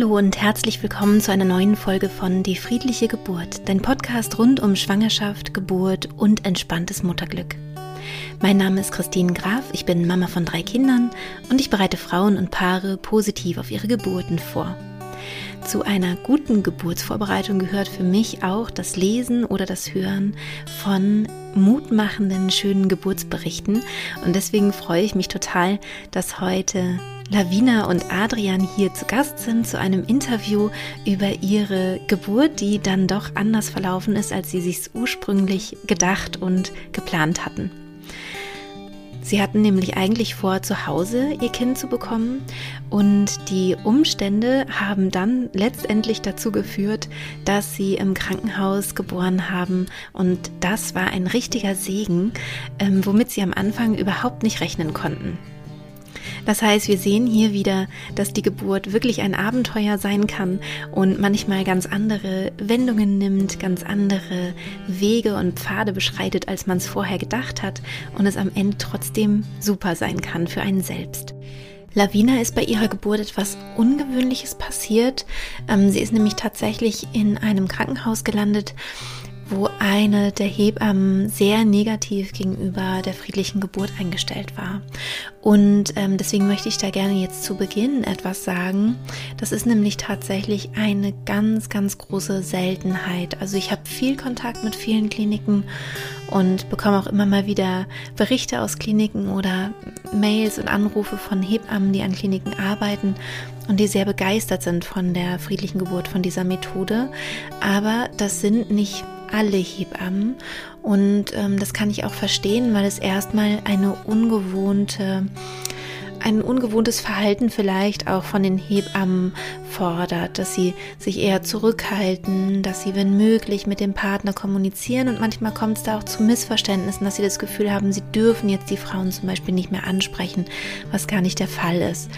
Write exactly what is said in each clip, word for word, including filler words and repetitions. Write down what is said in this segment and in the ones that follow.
Hallo und herzlich willkommen zu einer neuen Folge von Die friedliche Geburt, dein Podcast rund um Schwangerschaft, Geburt und entspanntes Mutterglück. Mein Name ist Christine Graf, ich bin Mama von drei Kindern und ich bereite Frauen und Paare positiv auf ihre Geburten vor. Zu einer guten Geburtsvorbereitung gehört für mich auch das Lesen oder das Hören von mutmachenden, schönen Geburtsberichten und deswegen freue ich mich total, dass heute Lavina und Adrian hier zu Gast sind zu einem Interview über ihre Geburt, die dann doch anders verlaufen ist, als sie sich ursprünglich gedacht und geplant hatten. Sie hatten nämlich eigentlich vor, zu Hause ihr Kind zu bekommen und die Umstände haben dann letztendlich dazu geführt, dass sie im Krankenhaus geboren haben und das war ein richtiger Segen, ähm, womit sie am Anfang überhaupt nicht rechnen konnten. Das heißt, wir sehen hier wieder, dass die Geburt wirklich ein Abenteuer sein kann und manchmal ganz andere Wendungen nimmt, ganz andere Wege und Pfade beschreitet, als man es vorher gedacht hat und es am Ende trotzdem super sein kann für einen selbst. Lavina ist bei ihrer Geburt etwas Ungewöhnliches passiert. Ähm, sie ist nämlich tatsächlich in einem Krankenhaus gelandet, wo eine der Hebammen sehr negativ gegenüber der friedlichen Geburt eingestellt war. Und ähm, deswegen möchte ich da gerne jetzt zu Beginn etwas sagen. Das ist nämlich tatsächlich eine ganz, ganz große Seltenheit. Also ich habe viel Kontakt mit vielen Kliniken und bekomme auch immer mal wieder Berichte aus Kliniken oder Mails und Anrufe von Hebammen, die an Kliniken arbeiten und die sehr begeistert sind von der friedlichen Geburt, von dieser Methode. Aber das sind nicht alle Hebammen und ähm, das kann ich auch verstehen, weil es erstmal eine ungewohnte, ein ungewohntes Verhalten vielleicht auch von den Hebammen fordert, dass sie sich eher zurückhalten, dass sie, wenn möglich, mit dem Partner kommunizieren und manchmal kommt es da auch zu Missverständnissen, dass sie das Gefühl haben, sie dürfen jetzt die Frauen zum Beispiel nicht mehr ansprechen, was gar nicht der Fall ist.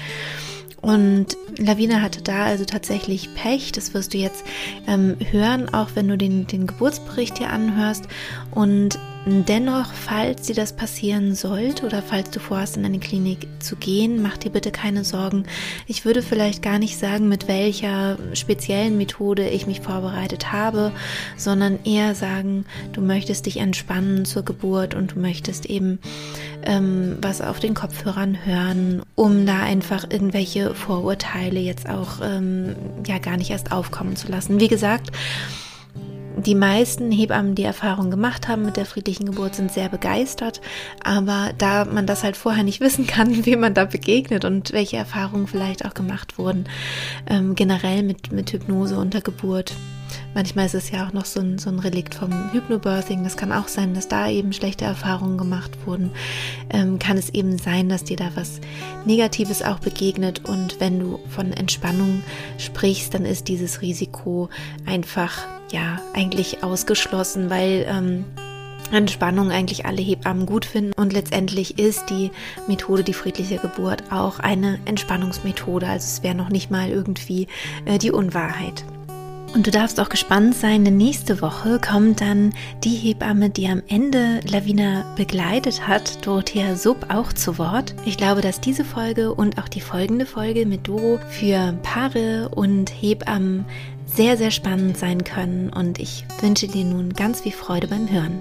Und Lavina hatte da also tatsächlich Pech, das wirst du jetzt ähm, hören, auch wenn du den, den Geburtsbericht hier anhörst. Und dennoch, falls dir das passieren sollte oder falls du vorhast, in eine Klinik zu gehen, mach dir bitte keine Sorgen. Ich würde vielleicht gar nicht sagen, mit welcher speziellen Methode ich mich vorbereitet habe, sondern eher sagen, du möchtest dich entspannen zur Geburt und du möchtest eben ähm, was auf den Kopfhörern hören, um da einfach irgendwelche Vorurteile jetzt auch ähm, ja gar nicht erst aufkommen zu lassen. Wie gesagt, die meisten Hebammen, die Erfahrung gemacht haben mit der friedlichen Geburt, sind sehr begeistert, aber da man das halt vorher nicht wissen kann, wem man da begegnet und welche Erfahrungen vielleicht auch gemacht wurden, ähm, generell mit, mit Hypnose unter Geburt. Manchmal ist es ja auch noch so ein, so ein Relikt vom Hypnobirthing, das kann auch sein, dass da eben schlechte Erfahrungen gemacht wurden. Ähm, kann es eben sein, dass dir da was Negatives auch begegnet und wenn du von Entspannung sprichst, dann ist dieses Risiko einfach ja eigentlich ausgeschlossen, weil ähm, Entspannung eigentlich alle Hebammen gut finden und letztendlich ist die Methode, die friedliche Geburt, auch eine Entspannungsmethode, also es wäre noch nicht mal irgendwie äh, die Unwahrheit. Und du darfst auch gespannt sein, denn nächste Woche kommt dann die Hebamme, die am Ende Lavina begleitet hat, Dorothea Sub, auch zu Wort. Ich glaube, dass diese Folge und auch die folgende Folge mit Doro für Paare und Hebammen sehr, sehr spannend sein können und ich wünsche dir nun ganz viel Freude beim Hören.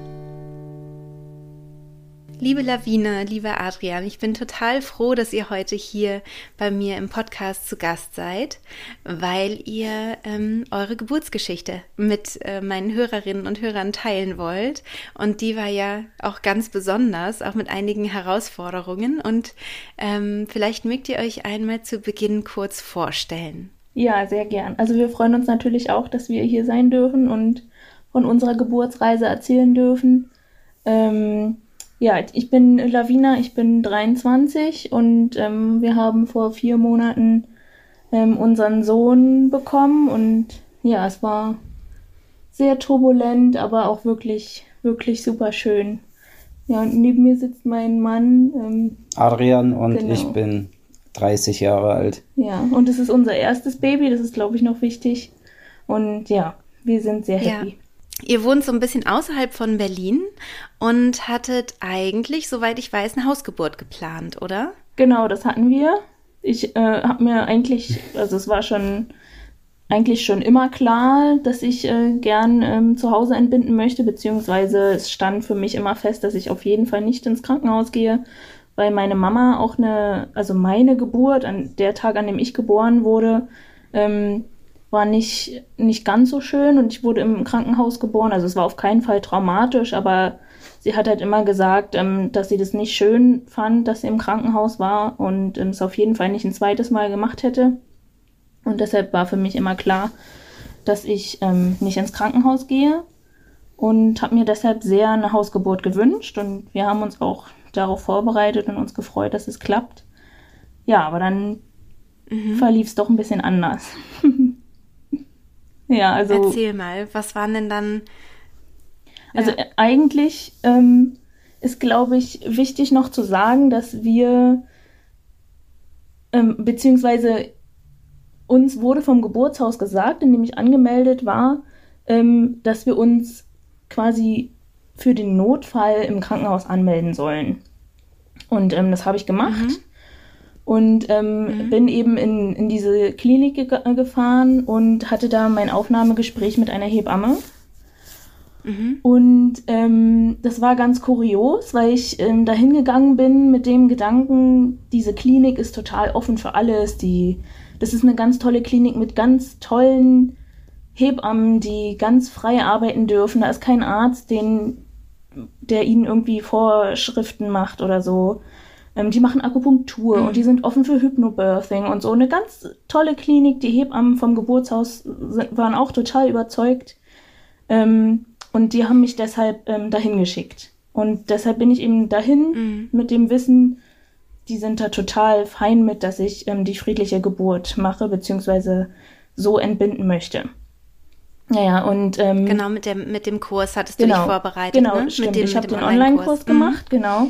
Liebe Lavina, lieber Adrian, ich bin total froh, dass ihr heute hier bei mir im Podcast zu Gast seid, weil ihr ähm, eure Geburtsgeschichte mit äh, meinen Hörerinnen und Hörern teilen wollt. Und die war ja auch ganz besonders, auch mit einigen Herausforderungen. Und ähm, vielleicht mögt ihr euch einmal zu Beginn kurz vorstellen. Ja, sehr gern. Also wir freuen uns natürlich auch, dass wir hier sein dürfen und von unserer Geburtsreise erzählen dürfen. Ähm, Ja, ich bin Lavina, ich bin dreiundzwanzig und ähm, wir haben vor vier Monaten ähm, unseren Sohn bekommen und ja, es war sehr turbulent, aber auch wirklich, wirklich super schön. Ja, und neben mir sitzt mein Mann. Ähm, Adrian und genau. Ich bin dreißig Jahre alt. Ja, und es ist unser erstes Baby, das ist, glaube ich, noch wichtig. Und ja, wir sind sehr happy. Ja. Ihr wohnt so ein bisschen außerhalb von Berlin und hattet eigentlich, soweit ich weiß, eine Hausgeburt geplant, oder? Genau, das hatten wir. Ich äh, habe mir eigentlich, also es war schon eigentlich schon immer klar, dass ich äh, gern ähm, zu Hause entbinden möchte, beziehungsweise es stand für mich immer fest, dass ich auf jeden Fall nicht ins Krankenhaus gehe, weil meine Mama auch eine, also meine Geburt, an der Tag, an dem ich geboren wurde, ähm, war nicht, nicht ganz so schön und ich wurde im Krankenhaus geboren. Also es war auf keinen Fall traumatisch, aber sie hat halt immer gesagt, ähm, dass sie das nicht schön fand, dass sie im Krankenhaus war und ähm, es auf jeden Fall nicht ein zweites Mal gemacht hätte. Und deshalb war für mich immer klar, dass ich ähm, nicht ins Krankenhaus gehe und habe mir deshalb sehr eine Hausgeburt gewünscht. Und wir haben uns auch darauf vorbereitet und uns gefreut, dass es klappt. Ja, aber dann mhm. verlief es doch ein bisschen anders. Ja, also. Erzähl mal, was waren denn dann. Also ja. eigentlich ähm, ist, glaube ich, wichtig noch zu sagen, dass wir, ähm, beziehungsweise uns wurde vom Geburtshaus gesagt, in dem ich angemeldet war, ähm, dass wir uns quasi für den Notfall im Krankenhaus anmelden sollen. Und ähm, das habe ich gemacht. Mhm. Und ähm, mhm. bin eben in, in diese Klinik ge- gefahren und hatte da mein Aufnahmegespräch mit einer Hebamme. Mhm. Und ähm, das war ganz kurios, weil ich ähm, dahin gegangen bin mit dem Gedanken, diese Klinik ist total offen für alles. Die, das ist eine ganz tolle Klinik mit ganz tollen Hebammen, die ganz frei arbeiten dürfen. Da ist kein Arzt, den, der ihnen irgendwie Vorschriften macht oder so. Ähm, die machen Akupunktur mhm. und die sind offen für Hypnobirthing und so. Eine ganz tolle Klinik. Die Hebammen vom Geburtshaus sind, waren auch total überzeugt. Ähm, Und die haben mich deshalb ähm, dahin geschickt. Und deshalb bin ich eben dahin mhm. mit dem Wissen, die sind da total fein mit, dass ich ähm, die friedliche Geburt mache, beziehungsweise so entbinden möchte. Naja, und... Ähm, genau, mit dem, mit dem Kurs hattest genau, du dich vorbereitet, genau, ne? Stimmt. Mit dem, ich habe den den Online-Kurs gemacht, mhm. genau.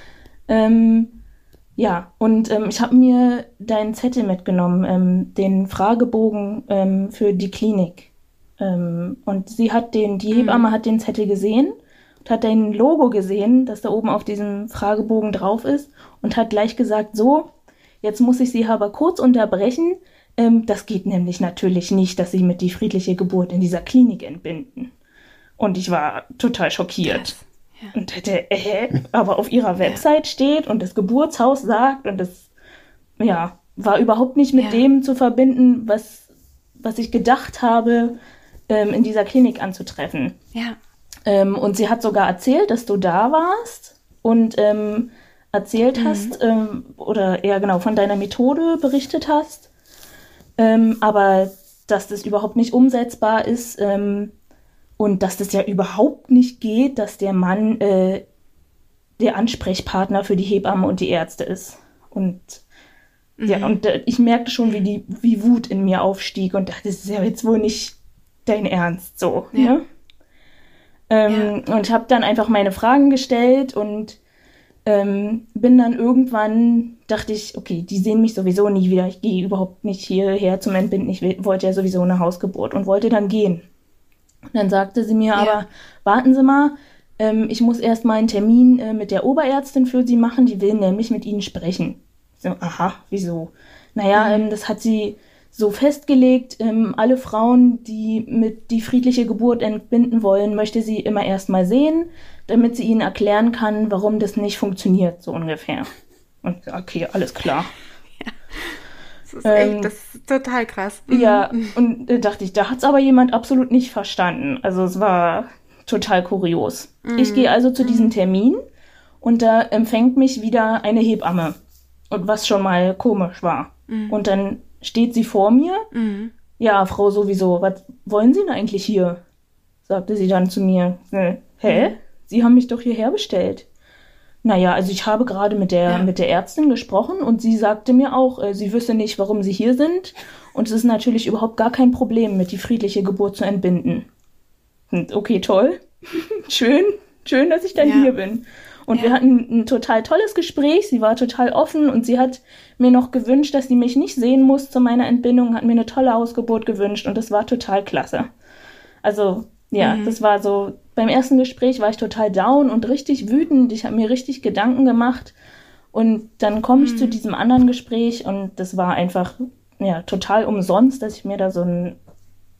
Ähm, ja, und ähm, ich habe mir deinen Zettel mitgenommen, ähm, den Fragebogen ähm, für die Klinik. Ähm, und sie hat den, die Hebamme mhm. hat den Zettel gesehen und hat dein Logo gesehen, das da oben auf diesem Fragebogen drauf ist und hat gleich gesagt, so, jetzt muss ich Sie aber kurz unterbrechen. Ähm, das geht nämlich natürlich nicht, dass Sie mit die friedliche Geburt in dieser Klinik entbinden. Und ich war total schockiert. Ja. Und hätte, äh, aber auf ihrer Website steht und das Geburtshaus sagt und das, ja, war überhaupt nicht mit ja. dem zu verbinden, was, was ich gedacht habe, in dieser Klinik anzutreffen. Ja. Ähm, und sie hat sogar erzählt, dass du da warst und ähm, erzählt mhm. hast, ähm, oder eher genau von deiner Methode berichtet hast, ähm, aber dass das überhaupt nicht umsetzbar ist ähm, und dass das ja überhaupt nicht geht, dass der Mann äh, der Ansprechpartner für die Hebamme und die Ärzte ist. Und mhm. ja, und äh, ich merkte schon, wie die, wie Wut in mir aufstieg und dachte, das ist ja jetzt wohl nicht dein Ernst, so, ja. ne? Ähm, ja. Und habe dann einfach meine Fragen gestellt und ähm, bin dann irgendwann, dachte ich, okay, die sehen mich sowieso nie wieder, ich gehe überhaupt nicht hierher zum Entbinden, ich will, wollte ja sowieso eine Hausgeburt und wollte dann gehen. Und dann sagte sie mir ja. aber, warten Sie mal, ähm, ich muss erst mal einen Termin äh, mit der Oberärztin für Sie machen, die will nämlich mit Ihnen sprechen. So, aha, wieso? Naja, mhm. ähm, das hat sie so festgelegt, ähm, alle Frauen, die mit die friedliche Geburt entbinden wollen, möchte sie immer erst mal sehen, damit sie ihnen erklären kann, warum das nicht funktioniert, so ungefähr. Und okay, alles klar. Ja, das ist ähm, echt, das ist total krass. Mhm. Ja, und da dachte ich, da hat es aber jemand absolut nicht verstanden. Also es war total kurios. Mhm. Ich gehe also zu mhm. diesem Termin und da empfängt mich wieder eine Hebamme. Und was schon mal komisch war. Mhm. Und dann steht sie vor mir. Mhm. Ja, Frau sowieso, was wollen Sie denn eigentlich hier? Sagte sie dann zu mir. Äh, hä? Mhm. Sie haben mich doch hierher bestellt. Naja, also ich habe gerade mit der, ja. mit der Ärztin gesprochen und sie sagte mir auch, äh, sie wüsste nicht, warum Sie hier sind. Und es ist natürlich überhaupt gar kein Problem, mit die friedliche Geburt zu entbinden. Und okay, toll. schön, schön, dass ich dann ja. hier bin. Und ja. wir hatten ein total tolles Gespräch, sie war total offen und sie hat mir noch gewünscht, dass sie mich nicht sehen muss zu meiner Entbindung, hat mir eine tolle Hausgeburt gewünscht und das war total klasse. Also ja, mhm. das war so, beim ersten Gespräch war ich total down und richtig wütend, ich habe mir richtig Gedanken gemacht und dann komme ich mhm. zu diesem anderen Gespräch und das war einfach ja total umsonst, dass ich mir da so ein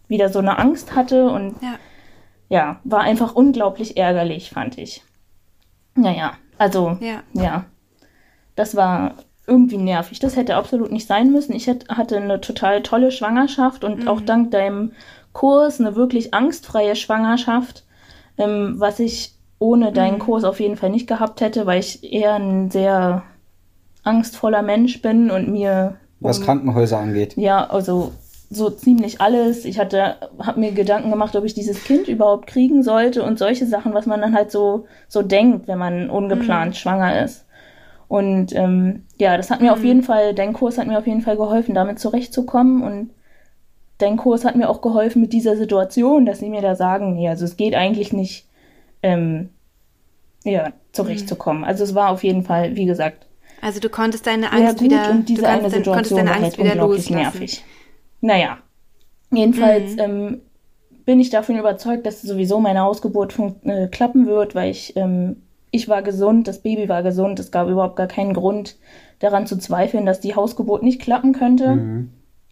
wieder so eine Angst hatte und Ja. ja, war einfach unglaublich ärgerlich, fand ich. Naja, also Ja. ja, das war irgendwie nervig. Das hätte absolut nicht sein müssen. Ich hätte, hatte eine total tolle Schwangerschaft und Mhm. auch dank deinem Kurs eine wirklich angstfreie Schwangerschaft, ähm, was ich ohne deinen Mhm. Kurs auf jeden Fall nicht gehabt hätte, weil ich eher ein sehr angstvoller Mensch bin und mir Was um- Krankenhäuser angeht. ja, also so ziemlich alles. Ich hatte, habe mir Gedanken gemacht, ob ich dieses Kind überhaupt kriegen sollte und solche Sachen, was man dann halt so, so denkt, wenn man ungeplant Mhm. schwanger ist. Und ähm, ja, das hat mir Mhm. auf jeden Fall, dein Kurs hat mir auf jeden Fall geholfen, damit zurechtzukommen. Und dein Kurs hat mir auch geholfen mit dieser Situation, dass sie mir da sagen, nee, also es geht eigentlich nicht, ähm, ja, zurechtzukommen. Also es war auf jeden Fall, wie gesagt, Also du konntest deine sehr Angst gut wieder, und diese du kannst eine dein, konntest Situation deine war Angst halt wieder unglaublich loslassen. nervig. Naja, jedenfalls Mhm. ähm, bin ich davon überzeugt, dass sowieso meine Hausgeburt fun- äh, klappen wird, weil ich, ähm, ich war gesund, das Baby war gesund, es gab überhaupt gar keinen Grund daran zu zweifeln, dass die Hausgeburt nicht klappen könnte. Mhm.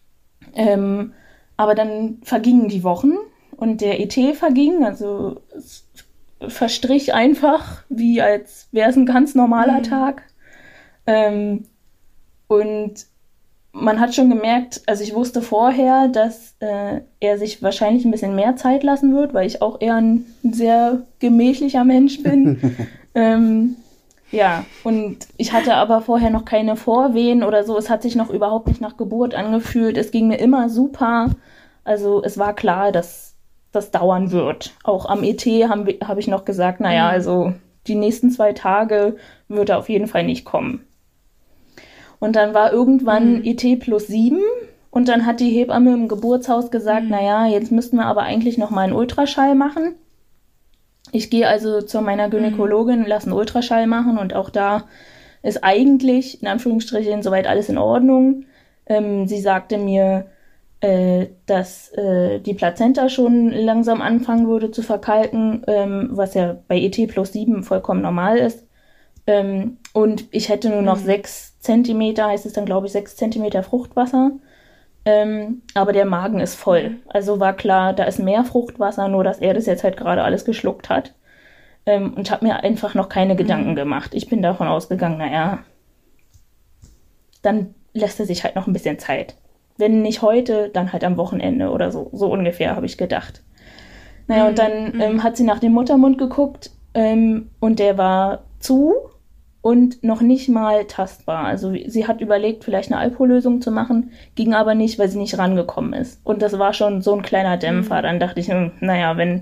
Ähm, aber dann vergingen die Wochen und der E T verging, also es verstrich einfach, wie als wäre es ein ganz normaler Mhm. Tag. Ähm, und man hat schon gemerkt, also ich wusste vorher, dass äh, er sich wahrscheinlich ein bisschen mehr Zeit lassen wird, weil ich auch eher ein sehr gemächlicher Mensch bin. ähm, ja, und ich hatte aber vorher noch keine Vorwehen oder so. Es hat sich noch überhaupt nicht nach Geburt angefühlt. Es ging mir immer super. Also es war klar, dass das dauern wird. Auch am E T habe hab ich noch gesagt, naja, Mhm. also die nächsten zwei Tage wird er auf jeden Fall nicht kommen. Und dann war irgendwann Mhm. E T plus sieben und dann hat die Hebamme im Geburtshaus gesagt, Mhm. naja, jetzt müssten wir aber eigentlich noch mal einen Ultraschall machen. Ich gehe also zu meiner Gynäkologin, lasse einen Ultraschall machen und auch da ist eigentlich, in Anführungsstrichen, soweit alles in Ordnung. Ähm, sie sagte mir, äh, dass äh, die Plazenta schon langsam anfangen würde zu verkalken, ähm, was ja bei E T plus sieben vollkommen normal ist. Ähm, und ich hätte nur noch Mhm. sechs Zentimeter, heißt es dann, glaube ich, sechs Zentimeter Fruchtwasser. Ähm, aber der Magen ist voll. Mhm. Also war klar, da ist mehr Fruchtwasser, nur dass er das jetzt halt gerade alles geschluckt hat. Ähm, und habe mir einfach noch keine Gedanken Mhm. gemacht. Ich bin davon ausgegangen, naja, dann lässt er sich halt noch ein bisschen Zeit. Wenn nicht heute, dann halt am Wochenende oder so. So ungefähr, habe ich gedacht. Naja, und dann Mhm. ähm, hat sie nach dem Muttermund geguckt ähm, und der war zu und noch nicht mal tastbar. Also sie hat überlegt, vielleicht eine Alkohollösung zu machen, ging aber nicht, weil sie nicht rangekommen ist. Und das war schon so ein kleiner Dämpfer. Mhm. Dann dachte ich, hm, naja, wenn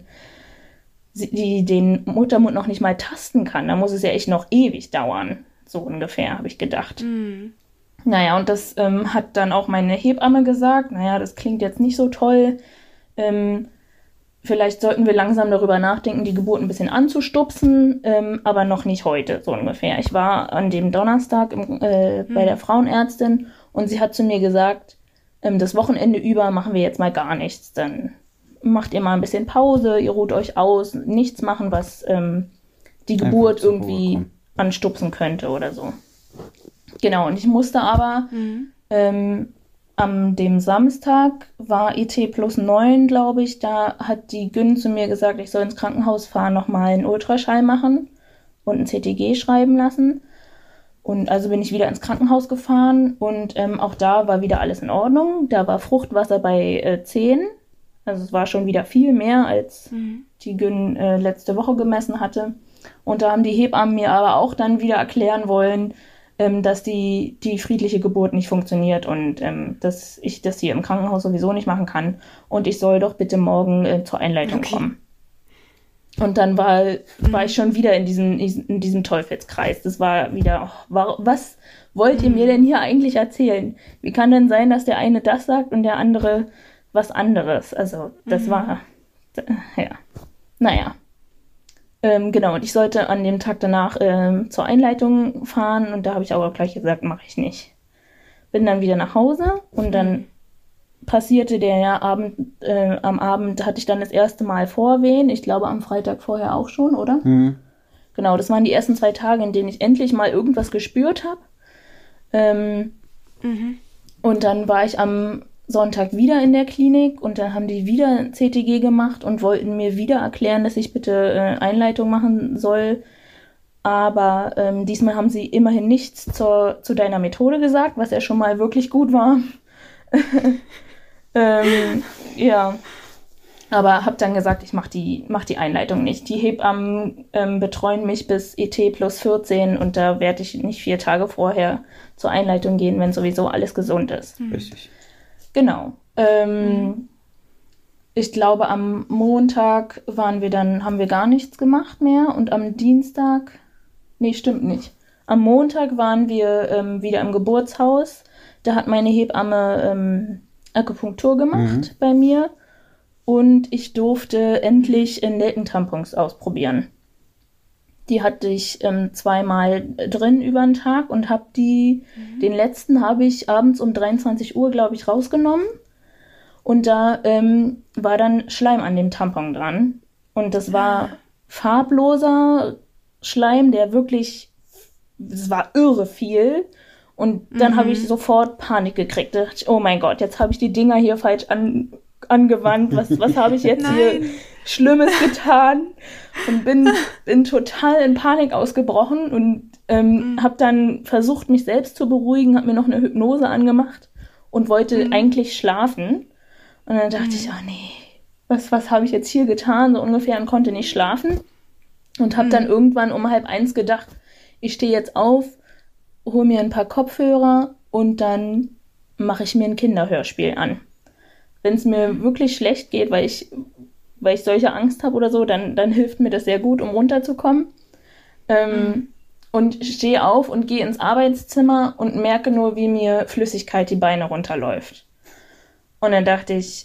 sie die, den Muttermund noch nicht mal tasten kann, dann muss es ja echt noch ewig dauern. So ungefähr, habe ich gedacht. Mhm. Naja, und das ähm, hat dann auch meine Hebamme gesagt. Naja, das klingt jetzt nicht so toll. Ähm, vielleicht sollten wir langsam darüber nachdenken, die Geburt ein bisschen anzustupsen, ähm, aber noch nicht heute, so ungefähr. Ich war an dem Donnerstag im, äh, bei der Frauenärztin und sie hat zu mir gesagt, ähm, das Wochenende über machen wir jetzt mal gar nichts. Dann macht ihr mal ein bisschen Pause, ihr ruht euch aus, nichts machen, was ähm, die Einfach Geburt zur Ruhe irgendwie kommen. anstupsen könnte oder so. Genau, und ich musste aber Mhm. ähm, am dem Samstag war E T plus neun, glaube ich, da hat die Gyn zu mir gesagt, ich soll ins Krankenhaus fahren, nochmal einen Ultraschall machen und ein C T G schreiben lassen. Und also bin ich wieder ins Krankenhaus gefahren und ähm, auch da war wieder alles in Ordnung. Da war Fruchtwasser bei äh, zehn, also es war schon wieder viel mehr, als Mhm. die Gyn äh, letzte Woche gemessen hatte. Und da haben die Hebammen mir aber auch dann wieder erklären wollen, ähm, dass die, die friedliche Geburt nicht funktioniert und ähm, dass ich das hier im Krankenhaus sowieso nicht machen kann. Und ich soll doch bitte morgen äh, zur Einleitung Okay. kommen. Und dann war, war ich schon wieder in diesem, in diesem Teufelskreis. Das war wieder, oh, war, was wollt ihr mir denn hier eigentlich erzählen? Wie kann denn sein, dass der eine das sagt und der andere was anderes? Also das war, ja, naja. Ähm, genau, und ich sollte an dem Tag danach ähm, zur Einleitung fahren und da habe ich aber gleich gesagt, mache ich nicht. Bin dann wieder nach Hause und dann passierte der ja Abend, äh, am Abend hatte ich dann das erste Mal Vorwehen. Ich glaube am Freitag vorher auch schon, oder? Mhm. Genau, das waren die ersten zwei Tage, in denen ich endlich mal irgendwas gespürt habe. Ähm, Mhm. und dann war ich am Sonntag wieder in der Klinik und dann haben die wieder C T G gemacht und wollten mir wieder erklären, dass ich bitte äh, Einleitung machen soll. Aber ähm, diesmal haben sie immerhin nichts zur, zu deiner Methode gesagt, was ja schon mal wirklich gut war. ähm, ja, aber habe dann gesagt, ich mache die, mach die Einleitung nicht. Die Hebammen ähm, betreuen mich bis E T plus vierzehn und da werde ich nicht vier Tage vorher zur Einleitung gehen, wenn sowieso alles gesund ist. Richtig. Genau. Ähm, mhm. Ich glaube, am Montag waren wir dann, haben wir gar nichts gemacht mehr und am Dienstag, nee, stimmt nicht. Am Montag waren wir ähm, wieder im Geburtshaus. Da hat meine Hebamme ähm, Akupunktur gemacht mhm. bei mir und ich durfte endlich Nelkentampons ausprobieren. Die hatte ich ähm, zweimal drin über den Tag und habe die, mhm. den letzten habe ich abends um dreiundzwanzig Uhr, glaube ich, rausgenommen. Und da ähm, war dann Schleim an dem Tampon dran. Und das war farbloser Schleim, der wirklich, es war irre viel. Und dann mhm. habe ich sofort Panik gekriegt. Da dachte ich, oh mein Gott, jetzt habe ich die Dinger hier falsch an, angewandt. Was, was habe ich jetzt hier Schlimmes getan? Und bin, bin total in Panik ausgebrochen und ähm, mhm. habe dann versucht, mich selbst zu beruhigen, habe mir noch eine Hypnose angemacht und wollte mhm. eigentlich schlafen. Und dann dachte mhm. ich, oh nee, was, was habe ich jetzt hier getan? So ungefähr, und konnte nicht schlafen. Und habe mhm. dann irgendwann um halb eins gedacht, ich stehe jetzt auf, hole mir ein paar Kopfhörer und dann mache ich mir ein Kinderhörspiel an. Wenn es mir wirklich schlecht geht, weil ich, weil ich solche Angst habe oder so, dann, dann hilft mir das sehr gut, um runterzukommen. Ähm, mhm. Und stehe auf und gehe ins Arbeitszimmer und merke nur, wie mir Flüssigkeit die Beine runterläuft. Und dann dachte ich,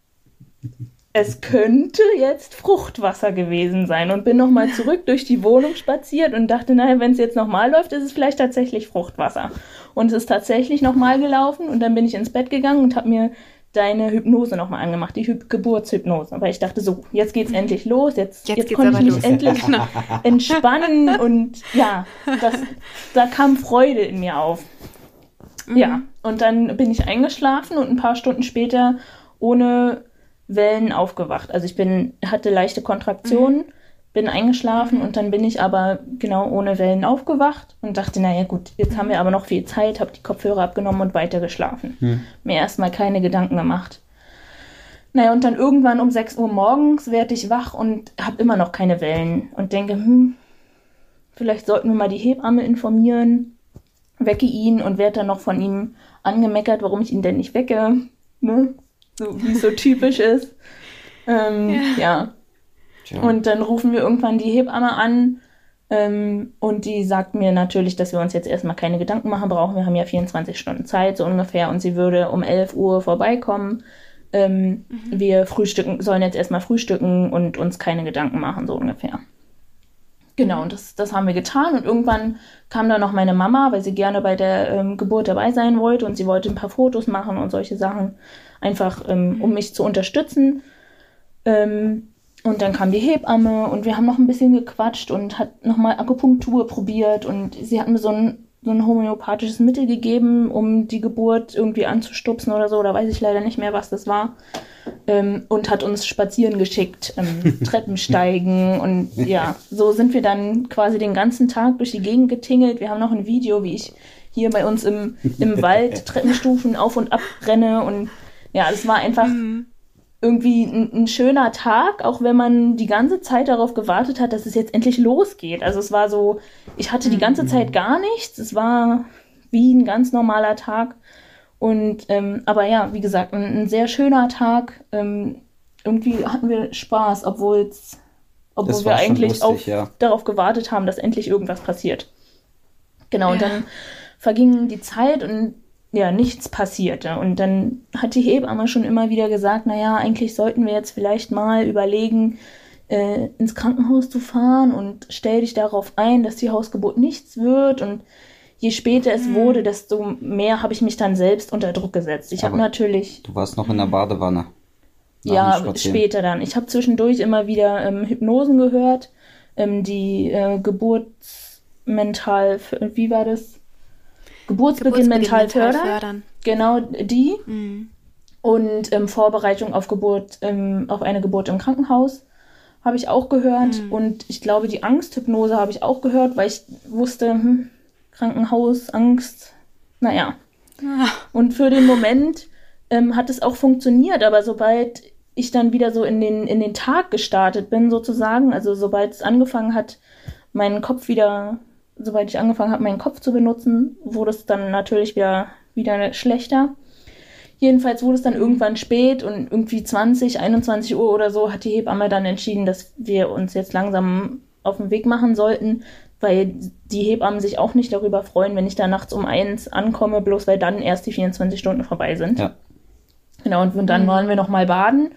es könnte jetzt Fruchtwasser gewesen sein. Und bin nochmal zurück durch die Wohnung spaziert und dachte, naja, wenn es jetzt nochmal läuft, ist es vielleicht tatsächlich Fruchtwasser. Und es ist tatsächlich nochmal gelaufen und dann bin ich ins Bett gegangen und habe mir deine Hypnose nochmal angemacht, die Hy- Geburtshypnose. Weil ich dachte so, jetzt geht's endlich los, jetzt, jetzt, jetzt konnte ich mich los. endlich entspannen und ja, das, da kam Freude in mir auf. Mhm. Ja, und dann bin ich eingeschlafen und ein paar Stunden später ohne Wellen aufgewacht. Also ich bin, hatte leichte Kontraktionen, mhm. bin eingeschlafen und dann bin ich aber genau ohne Wellen aufgewacht und dachte, naja gut, jetzt haben wir aber noch viel Zeit, habe die Kopfhörer abgenommen und weiter geschlafen. Mhm. Mir erstmal keine Gedanken gemacht. Naja, und dann irgendwann um sechs Uhr morgens werde ich wach und habe immer noch keine Wellen und denke, hm, vielleicht sollten wir mal die Hebamme informieren, wecke ihn und werde dann noch von ihm angemeckert, warum ich ihn denn nicht wecke, ne? So wie es so typisch ist. Ähm, ja. ja. Und dann rufen wir irgendwann die Hebamme an ähm, und die sagt mir natürlich, dass wir uns jetzt erstmal keine Gedanken machen brauchen. Wir haben ja vierundzwanzig Stunden Zeit, so ungefähr, und sie würde um elf Uhr vorbeikommen. Ähm, mhm. Wir frühstücken, sollen jetzt erstmal frühstücken und uns keine Gedanken machen, so ungefähr. Genau, und das, das haben wir getan und irgendwann kam dann noch meine Mama, weil sie gerne bei der ähm, Geburt dabei sein wollte und sie wollte ein paar Fotos machen und solche Sachen, einfach ähm, um mich zu unterstützen. Ähm, und dann kam die Hebamme und wir haben noch ein bisschen gequatscht und hat nochmal Akupunktur probiert und sie hat mir so ein, so ein homöopathisches Mittel gegeben, um die Geburt irgendwie anzustupsen oder so, da weiß ich leider nicht mehr, was das war. Ähm, und hat uns spazieren geschickt, ähm, Treppensteigen und ja, so sind wir dann quasi den ganzen Tag durch die Gegend getingelt. Wir haben noch ein Video, wie ich hier bei uns im, im Wald Treppenstufen auf und ab renne und ja, es war einfach mhm. irgendwie ein, ein schöner Tag, auch wenn man die ganze Zeit darauf gewartet hat, dass es jetzt endlich losgeht. Also es war so, ich hatte die ganze Zeit gar nichts, es war wie ein ganz normaler Tag. Und, ähm, aber ja, wie gesagt, ein, ein sehr schöner Tag. Ähm, irgendwie hatten wir Spaß, obwohl obwohl wir eigentlich lustig, auf, ja. darauf gewartet haben, dass endlich irgendwas passiert. Genau, ja. Und dann verging die Zeit und ja, nichts passierte. Und dann hat die Hebamme schon immer wieder gesagt, naja, eigentlich sollten wir jetzt vielleicht mal überlegen, äh, ins Krankenhaus zu fahren und stell dich darauf ein, dass die Hausgeburt nichts wird. Und je später es wurde, desto mehr habe ich mich dann selbst unter Druck gesetzt. Ich habe natürlich... Du warst noch in der Badewanne. Ja, später dann. Ich habe zwischendurch immer wieder ähm, Hypnosen gehört, ähm, die äh, Geburtsmental... Wie war das? Geburtsbeginn, Geburtsbeginn mental, mental fördern. fördern. Genau, die. Mhm. Und ähm, Vorbereitung auf Geburt, ähm, auf eine Geburt im Krankenhaus habe ich auch gehört. Mhm. Und ich glaube, die Angsthypnose habe ich auch gehört, weil ich wusste, hm, Krankenhaus, Angst, naja. Ah. Und für den Moment ähm, hat es auch funktioniert, aber sobald ich dann wieder so in den, in den Tag gestartet bin, sozusagen, also sobald es angefangen hat, meinen Kopf wieder, sobald ich angefangen habe, meinen Kopf zu benutzen, wurde es dann natürlich wieder, wieder schlechter. Jedenfalls wurde es dann irgendwann spät und irgendwie zwanzig, einundzwanzig Uhr oder so hat die Hebamme dann entschieden, dass wir uns jetzt langsam auf den Weg machen sollten, weil die Hebammen sich auch nicht darüber freuen, wenn ich da nachts um eins ankomme, bloß weil dann erst die vierundzwanzig Stunden vorbei sind. Ja. Genau, und dann wollen wir noch mal baden,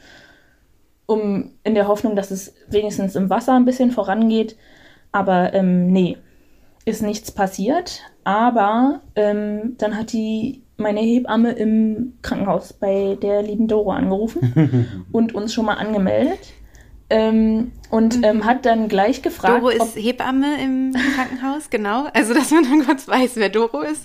um in der Hoffnung, dass es wenigstens im Wasser ein bisschen vorangeht. Aber ähm, nee, ist nichts passiert. Aber ähm, dann hat die meine Hebamme im Krankenhaus bei der lieben Doro angerufen und uns schon mal angemeldet. Ähm, und ähm, hat dann gleich gefragt, Doro ist ob, Hebamme im Krankenhaus, genau. Also, dass man dann kurz weiß, wer Doro ist.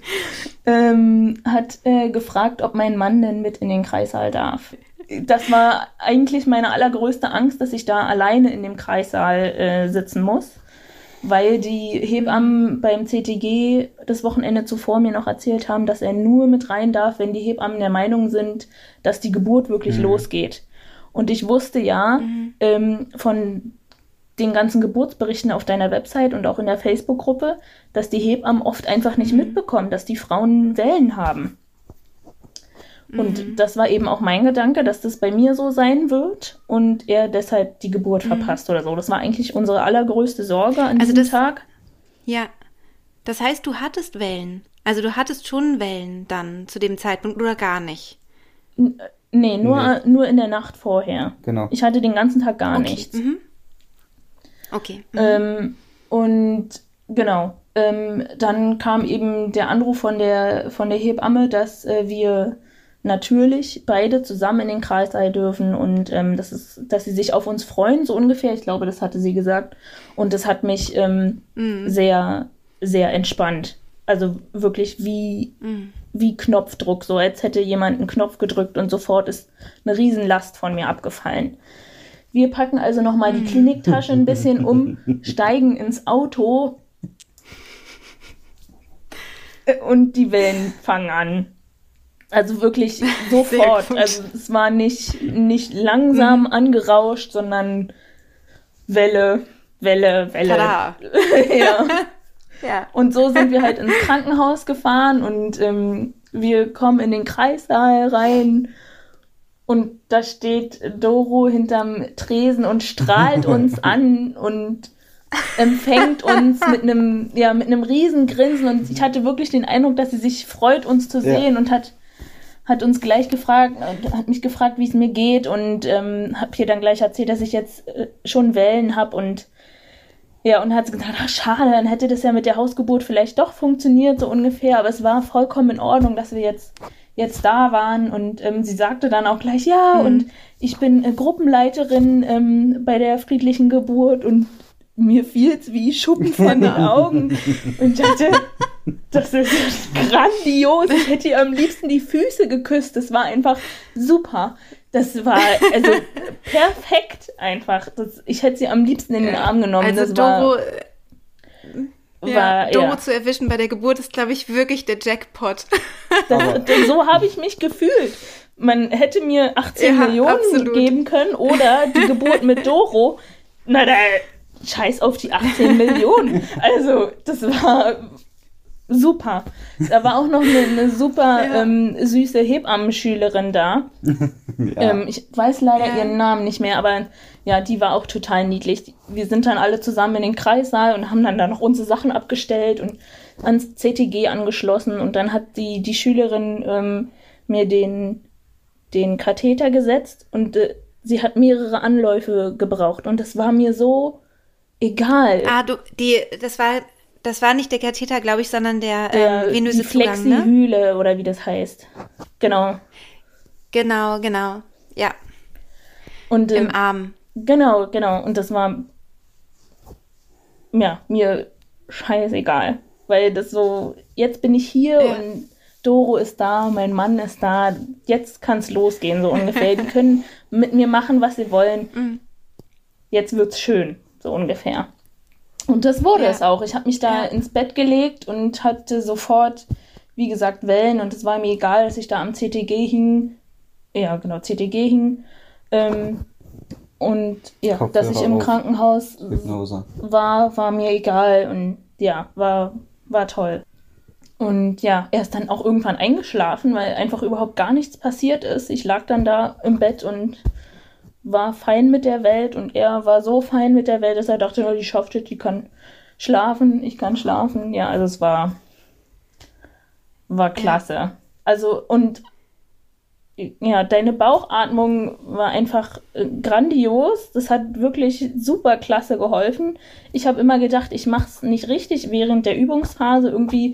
ähm, hat äh, gefragt, ob mein Mann denn mit in den Kreissaal darf. Das war eigentlich meine allergrößte Angst, dass ich da alleine in dem Kreissaal äh, sitzen muss. Weil die Hebammen beim C T G das Wochenende zuvor mir noch erzählt haben, dass er nur mit rein darf, wenn die Hebammen der Meinung sind, dass die Geburt wirklich mhm. losgeht. Und ich wusste ja mhm. ähm, von den ganzen Geburtsberichten auf deiner Website und auch in der Facebook-Gruppe, dass die Hebammen oft einfach nicht mhm. mitbekommen, dass die Frauen Wellen haben. Und mhm. das war eben auch mein Gedanke, dass das bei mir so sein wird und er deshalb die Geburt mhm. verpasst oder so. Das war eigentlich unsere allergrößte Sorge an also diesem das, Tag. Ja, das heißt, du hattest Wellen. Also du hattest schon Wellen dann zu dem Zeitpunkt oder gar nicht? N- nee, nur, nee. nur in der Nacht vorher. Genau. Ich hatte den ganzen Tag gar okay. nichts. Mhm. Okay. Mhm. Ähm, und genau, ähm, dann kam eben der Anruf von der, von der Hebamme, dass äh, wir natürlich beide zusammen in den Kreissaal dürfen und ähm, das ist, dass sie sich auf uns freuen, so ungefähr. Ich glaube, das hatte sie gesagt. Und das hat mich ähm, mm. sehr, sehr entspannt. Also wirklich wie, mm. wie Knopfdruck, so als hätte jemand einen Knopf gedrückt und sofort ist eine Riesenlast von mir abgefallen. Wir packen also nochmal die Kliniktasche ein bisschen um, steigen ins Auto und die Wellen fangen an. Also wirklich sofort. Also es war nicht, nicht langsam mhm. angerauscht, sondern Welle, Welle, Welle. Tada. ja. ja. Und so sind wir halt ins Krankenhaus gefahren und ähm, wir kommen in den Kreissaal rein und da steht Doro hinterm Tresen und strahlt uns an und empfängt uns mit einem, ja, mit einem riesen Grinsen und ich hatte wirklich den Eindruck, dass sie sich freut, uns zu sehen ja. und hat hat uns gleich gefragt, hat mich gefragt, wie es mir geht und ähm, habe hier dann gleich erzählt, dass ich jetzt äh, schon Wellen habe und ja, und hat gesagt, ach schade, dann hätte das ja mit der Hausgeburt vielleicht doch funktioniert, so ungefähr, aber es war vollkommen in Ordnung, dass wir jetzt, jetzt da waren und ähm, sie sagte dann auch gleich, ja, mhm. und ich bin äh, Gruppenleiterin ähm, bei der friedlichen Geburt und mir fiel's wie Schuppen von den Augen und ich dachte, das ist grandios. Ich hätte ihr am liebsten die Füße geküsst. Das war einfach super. Das war also perfekt einfach. Das, ich hätte sie am liebsten in den Arm genommen. Also das Doro, war, ja, war, Doro ja. zu erwischen bei der Geburt ist, glaube ich, wirklich der Jackpot. Das, das, so habe ich mich gefühlt. Man hätte mir achtzehn ja, Millionen absolut. geben können oder die Geburt mit Doro. Na, da scheiß auf die achtzehn Millionen. Also, das war super. Da war auch noch eine, eine super ja. ähm, süße Hebammenschülerin da. ja. ähm, ich weiß leider ja. ihren Namen nicht mehr, aber ja, die war auch total niedlich. Wir sind dann alle zusammen in den Kreissaal und haben dann da noch unsere Sachen abgestellt und ans C T G angeschlossen und dann hat die, die Schülerin ähm, mir den, den Katheter gesetzt und äh, sie hat mehrere Anläufe gebraucht und das war mir so egal. Ah, du, die, das war, das war nicht der Katheter, glaube ich, sondern der, der ähm, venöse die Zugang, ne? Flexihüle oder wie das heißt. Genau. Genau, genau, ja. Und, im äh, Arm. Genau, genau. Und das war, ja, mir scheißegal. Weil das so, jetzt bin ich hier ja. und Doro ist da, mein Mann ist da, jetzt kann's losgehen, so ungefähr. Die können mit mir machen, was sie wollen. Mhm. Jetzt wird's schön, so ungefähr. Und das wurde ja. es auch. Ich habe mich da ja. ins Bett gelegt und hatte sofort, wie gesagt, Wellen. Und es war mir egal, dass ich da am C T G hing. Ja, genau, C T G hing. Ähm, und ja, Kopfhörer dass ich im Krankenhaus Hypnose. war, war mir egal. Und ja, war, war toll. Und ja, er ist dann auch irgendwann eingeschlafen, weil einfach überhaupt gar nichts passiert ist. Ich lag dann da im Bett und war fein mit der Welt und er war so fein mit der Welt, dass er dachte, oh, die schafft es, die kann schlafen, ich kann schlafen. Ja, also es war, war klasse. Ja. Also und ja, deine Bauchatmung war einfach grandios. Das hat wirklich super klasse geholfen. Ich habe immer gedacht, ich mache es nicht richtig während der Übungsphase. Irgendwie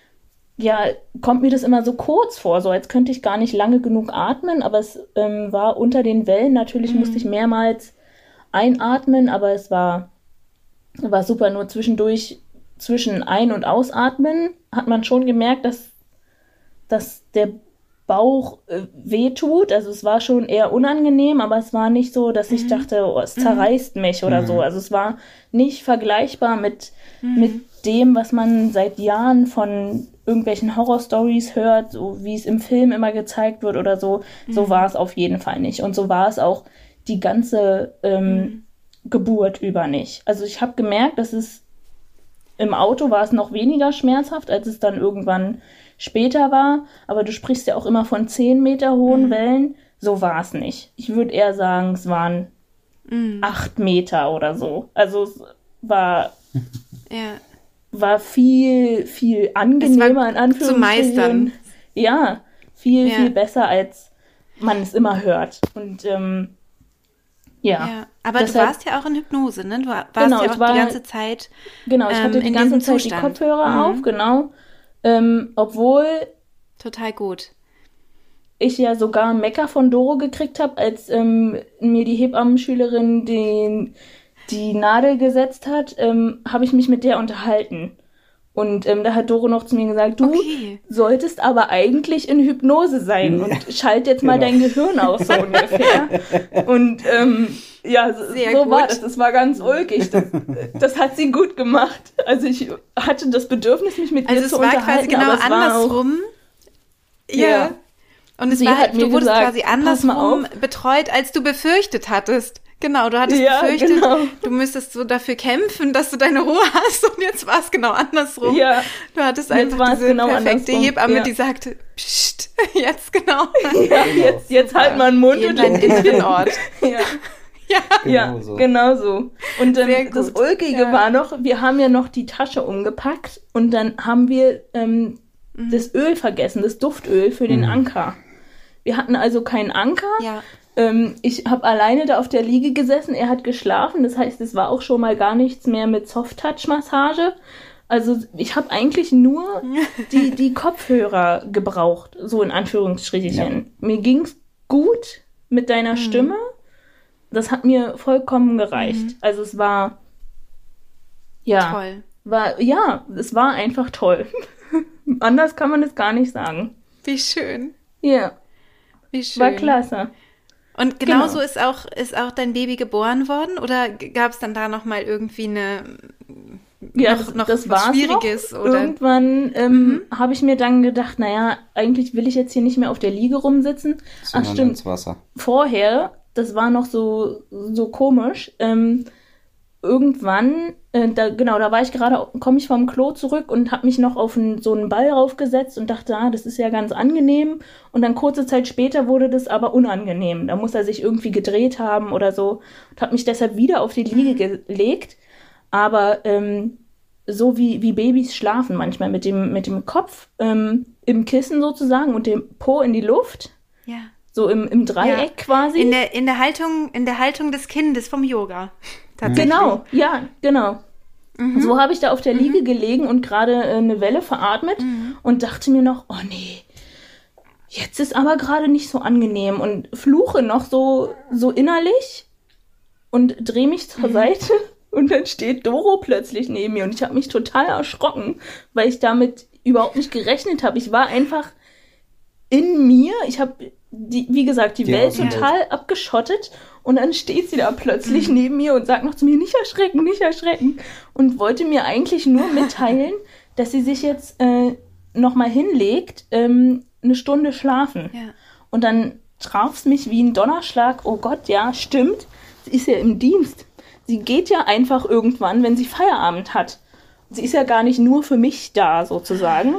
ja, kommt mir das immer so kurz vor, so als könnte ich gar nicht lange genug atmen, aber es ähm, war unter den Wellen, natürlich mhm. musste ich mehrmals einatmen, aber es war, war super, nur zwischendurch, zwischen Ein- und Ausatmen hat man schon gemerkt, dass, dass der Bauch äh, wehtut, also es war schon eher unangenehm, aber es war nicht so, dass ich mhm. dachte, oh, es zerreißt mhm. mich oder mhm. so, also es war nicht vergleichbar mit, mhm. mit dem, was man seit Jahren von irgendwelchen Horror-Stories hört, so wie es im Film immer gezeigt wird oder so, mhm. so war es auf jeden Fall nicht. Und so war es auch die ganze ähm, mhm. Geburt über nicht. Also ich habe gemerkt, dass es im Auto war es noch weniger schmerzhaft, als es dann irgendwann später war. Aber du sprichst ja auch immer von zehn Meter hohen mhm. Wellen. So war es nicht. Ich würde eher sagen, es waren mhm. acht Meter oder so. Also es war... ja. war viel, viel angenehmer, in Anführungsstrichen. Zu meistern. Ja, viel, ja. viel besser, als man es immer hört. Und ähm, ja. ja. Aber deshalb, du warst ja auch in Hypnose, ne? Du warst genau, ja auch war, die ganze Zeit Genau, ich hatte ähm, die ganze Zeit Zustand. die Kopfhörer mhm. auf, genau. Ähm, obwohl total gut. ich ja sogar einen Mecker von Doro gekriegt habe, als ähm, mir die Hebammenschülerin den die Nadel gesetzt hat, ähm, habe ich mich mit der unterhalten. Und ähm, da hat Doro noch zu mir gesagt, du okay. solltest aber eigentlich in Hypnose sein und schalt jetzt mal genau. dein Gehirn aus, so ungefähr. Und ähm, ja, so, so war das. Das war ganz ulkig. Das, das hat sie gut gemacht. Also ich hatte das Bedürfnis, mich mit also ihr zu unterhalten. Also es war quasi genau andersrum. Auch, ja. ja. Und es sie war, hat du mir wurdest gesagt, quasi andersrum betreut, als du befürchtet hattest. Genau, du hattest ja, befürchtet, genau. du müsstest so dafür kämpfen, dass du deine Ruhe hast und jetzt war es genau andersrum. Ja. Du hattest einfach diese genau perfekte Hebamme, ja. die sagte, pst, jetzt genau. Ja, jetzt, jetzt halt mal einen Mund in und deinen inneren Ort. Ja. Ja, genau ja, so. genau so. Und ähm, das Ulkige ja. war noch, wir haben ja noch die Tasche umgepackt und dann haben wir ähm, mhm. das Öl vergessen, das Duftöl für den mhm. Anker. Wir hatten also keinen Anker. Ja. Ähm, ich habe alleine da auf der Liege gesessen, er hat geschlafen, das heißt, es war auch schon mal gar nichts mehr mit Soft-Touch-Massage. Also ich habe eigentlich nur die, die Kopfhörer gebraucht, so in Anführungsstrichen. Ja. Mir ging's gut mit deiner mhm. Stimme. Das hat mir vollkommen gereicht. Mhm. Also es war, ja, toll. War, ja, es war einfach toll. Anders kann man es gar nicht sagen. Wie schön. Ja. Wie schön. War klasse. Und genauso genau. ist auch, ist auch dein Baby geboren worden? Oder gab es dann da nochmal irgendwie eine ja, noch, das, noch das was Schwieriges? Noch. Oder? Irgendwann ähm, mhm. habe ich mir dann gedacht, naja, eigentlich will ich jetzt hier nicht mehr auf der Liege rumsitzen. Ach stimmt, ins Wasser. Vorher, das war noch so, so komisch, ähm, irgendwann, äh, da, genau, da war ich gerade, komme ich vom Klo zurück und habe mich noch auf ein, so einen Ball raufgesetzt und dachte, ah, das ist ja ganz angenehm. Und dann kurze Zeit später wurde das aber unangenehm. Da muss er sich irgendwie gedreht haben oder so. Und habe mich deshalb wieder auf die Liege gelegt. Aber ähm, so wie, wie Babys schlafen manchmal, mit dem, mit dem Kopf ähm, im Kissen sozusagen und dem Po in die Luft. Ja. So im, im Dreieck ja. quasi. In der, in der Haltung, in der Haltung des Kindes vom Yoga. Tatsächlich. Genau, ja, genau. Mhm. So habe ich da auf der Liege mhm. gelegen und gerade äh, eine Welle veratmet mhm. und dachte mir noch, oh nee, jetzt ist aber gerade nicht so angenehm und fluche noch so, so innerlich und drehe mich zur mhm. Seite und dann steht Doro plötzlich neben mir und ich habe mich total erschrocken, weil ich damit überhaupt nicht gerechnet habe. Ich war einfach in mir, ich habe, wie gesagt, die, die Welt total Welt. abgeschottet und dann steht sie da plötzlich mhm. neben mir und sagt noch zu mir, nicht erschrecken, nicht erschrecken und wollte mir eigentlich nur mitteilen, dass sie sich jetzt äh, nochmal hinlegt, ähm, eine Stunde schlafen. Ja. Und dann traf es mich wie ein Donnerschlag, oh Gott, ja, stimmt, sie ist ja im Dienst. Sie geht ja einfach irgendwann, wenn sie Feierabend hat. Sie ist ja gar nicht nur für mich da, sozusagen.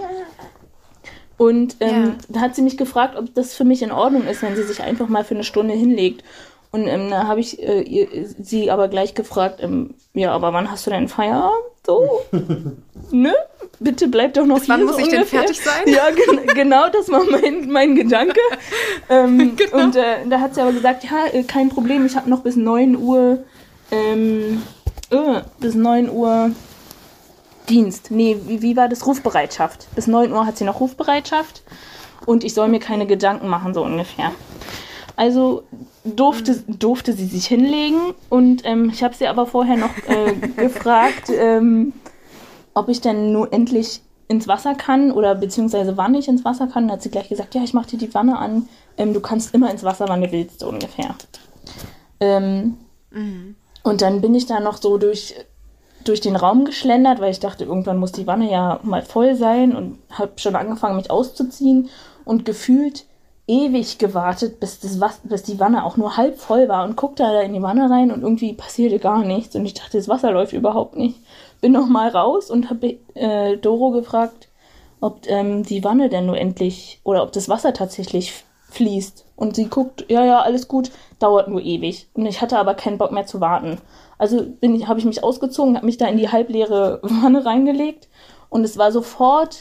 Und ähm, ja. da hat sie mich gefragt, ob das für mich in Ordnung ist, wenn sie sich einfach mal für eine Stunde hinlegt. Und ähm, da habe ich äh, ihr, sie aber gleich gefragt, ähm, ja, aber wann hast du denn Feierabend? So, ne? Bitte bleib doch noch hier. Wann muss so ich ungefähr. denn fertig sein? Ja, gen- genau, das war mein, mein Gedanke. ähm, genau. Und äh, da hat sie aber gesagt, ja, kein Problem, ich habe noch bis neun Uhr, ähm, äh, bis neun Uhr Dienst. Nee, wie, wie war das? Rufbereitschaft. Bis neun Uhr hat sie noch Rufbereitschaft und ich soll mir keine Gedanken machen, so ungefähr. Also durfte, durfte sie sich hinlegen und ähm, ich habe sie aber vorher noch äh, gefragt, ähm, ob ich denn nur endlich ins Wasser kann oder beziehungsweise wann ich ins Wasser kann. Da hat sie gleich gesagt, ja, ich mache dir die Wanne an, ähm, du kannst immer ins Wasser, wann du willst, so ungefähr. Ähm, mhm. Und dann bin ich da noch so durch, durch den Raum geschlendert, weil ich dachte, irgendwann muss die Wanne ja mal voll sein und habe schon angefangen, mich auszuziehen und gefühlt ewig gewartet, bis, das Was- bis die Wanne auch nur halb voll war und guckte da in die Wanne rein und irgendwie passierte gar nichts und ich dachte, das Wasser läuft überhaupt nicht. Bin noch mal raus und habe äh, Doro gefragt, ob ähm, die Wanne denn nur endlich oder ob das Wasser tatsächlich fließt. Und sie guckt, ja, ja, alles gut, dauert nur ewig. Und ich hatte aber keinen Bock mehr zu warten. Also bin ich, habe ich mich ausgezogen, habe mich da in die halbleere Wanne reingelegt und es war sofort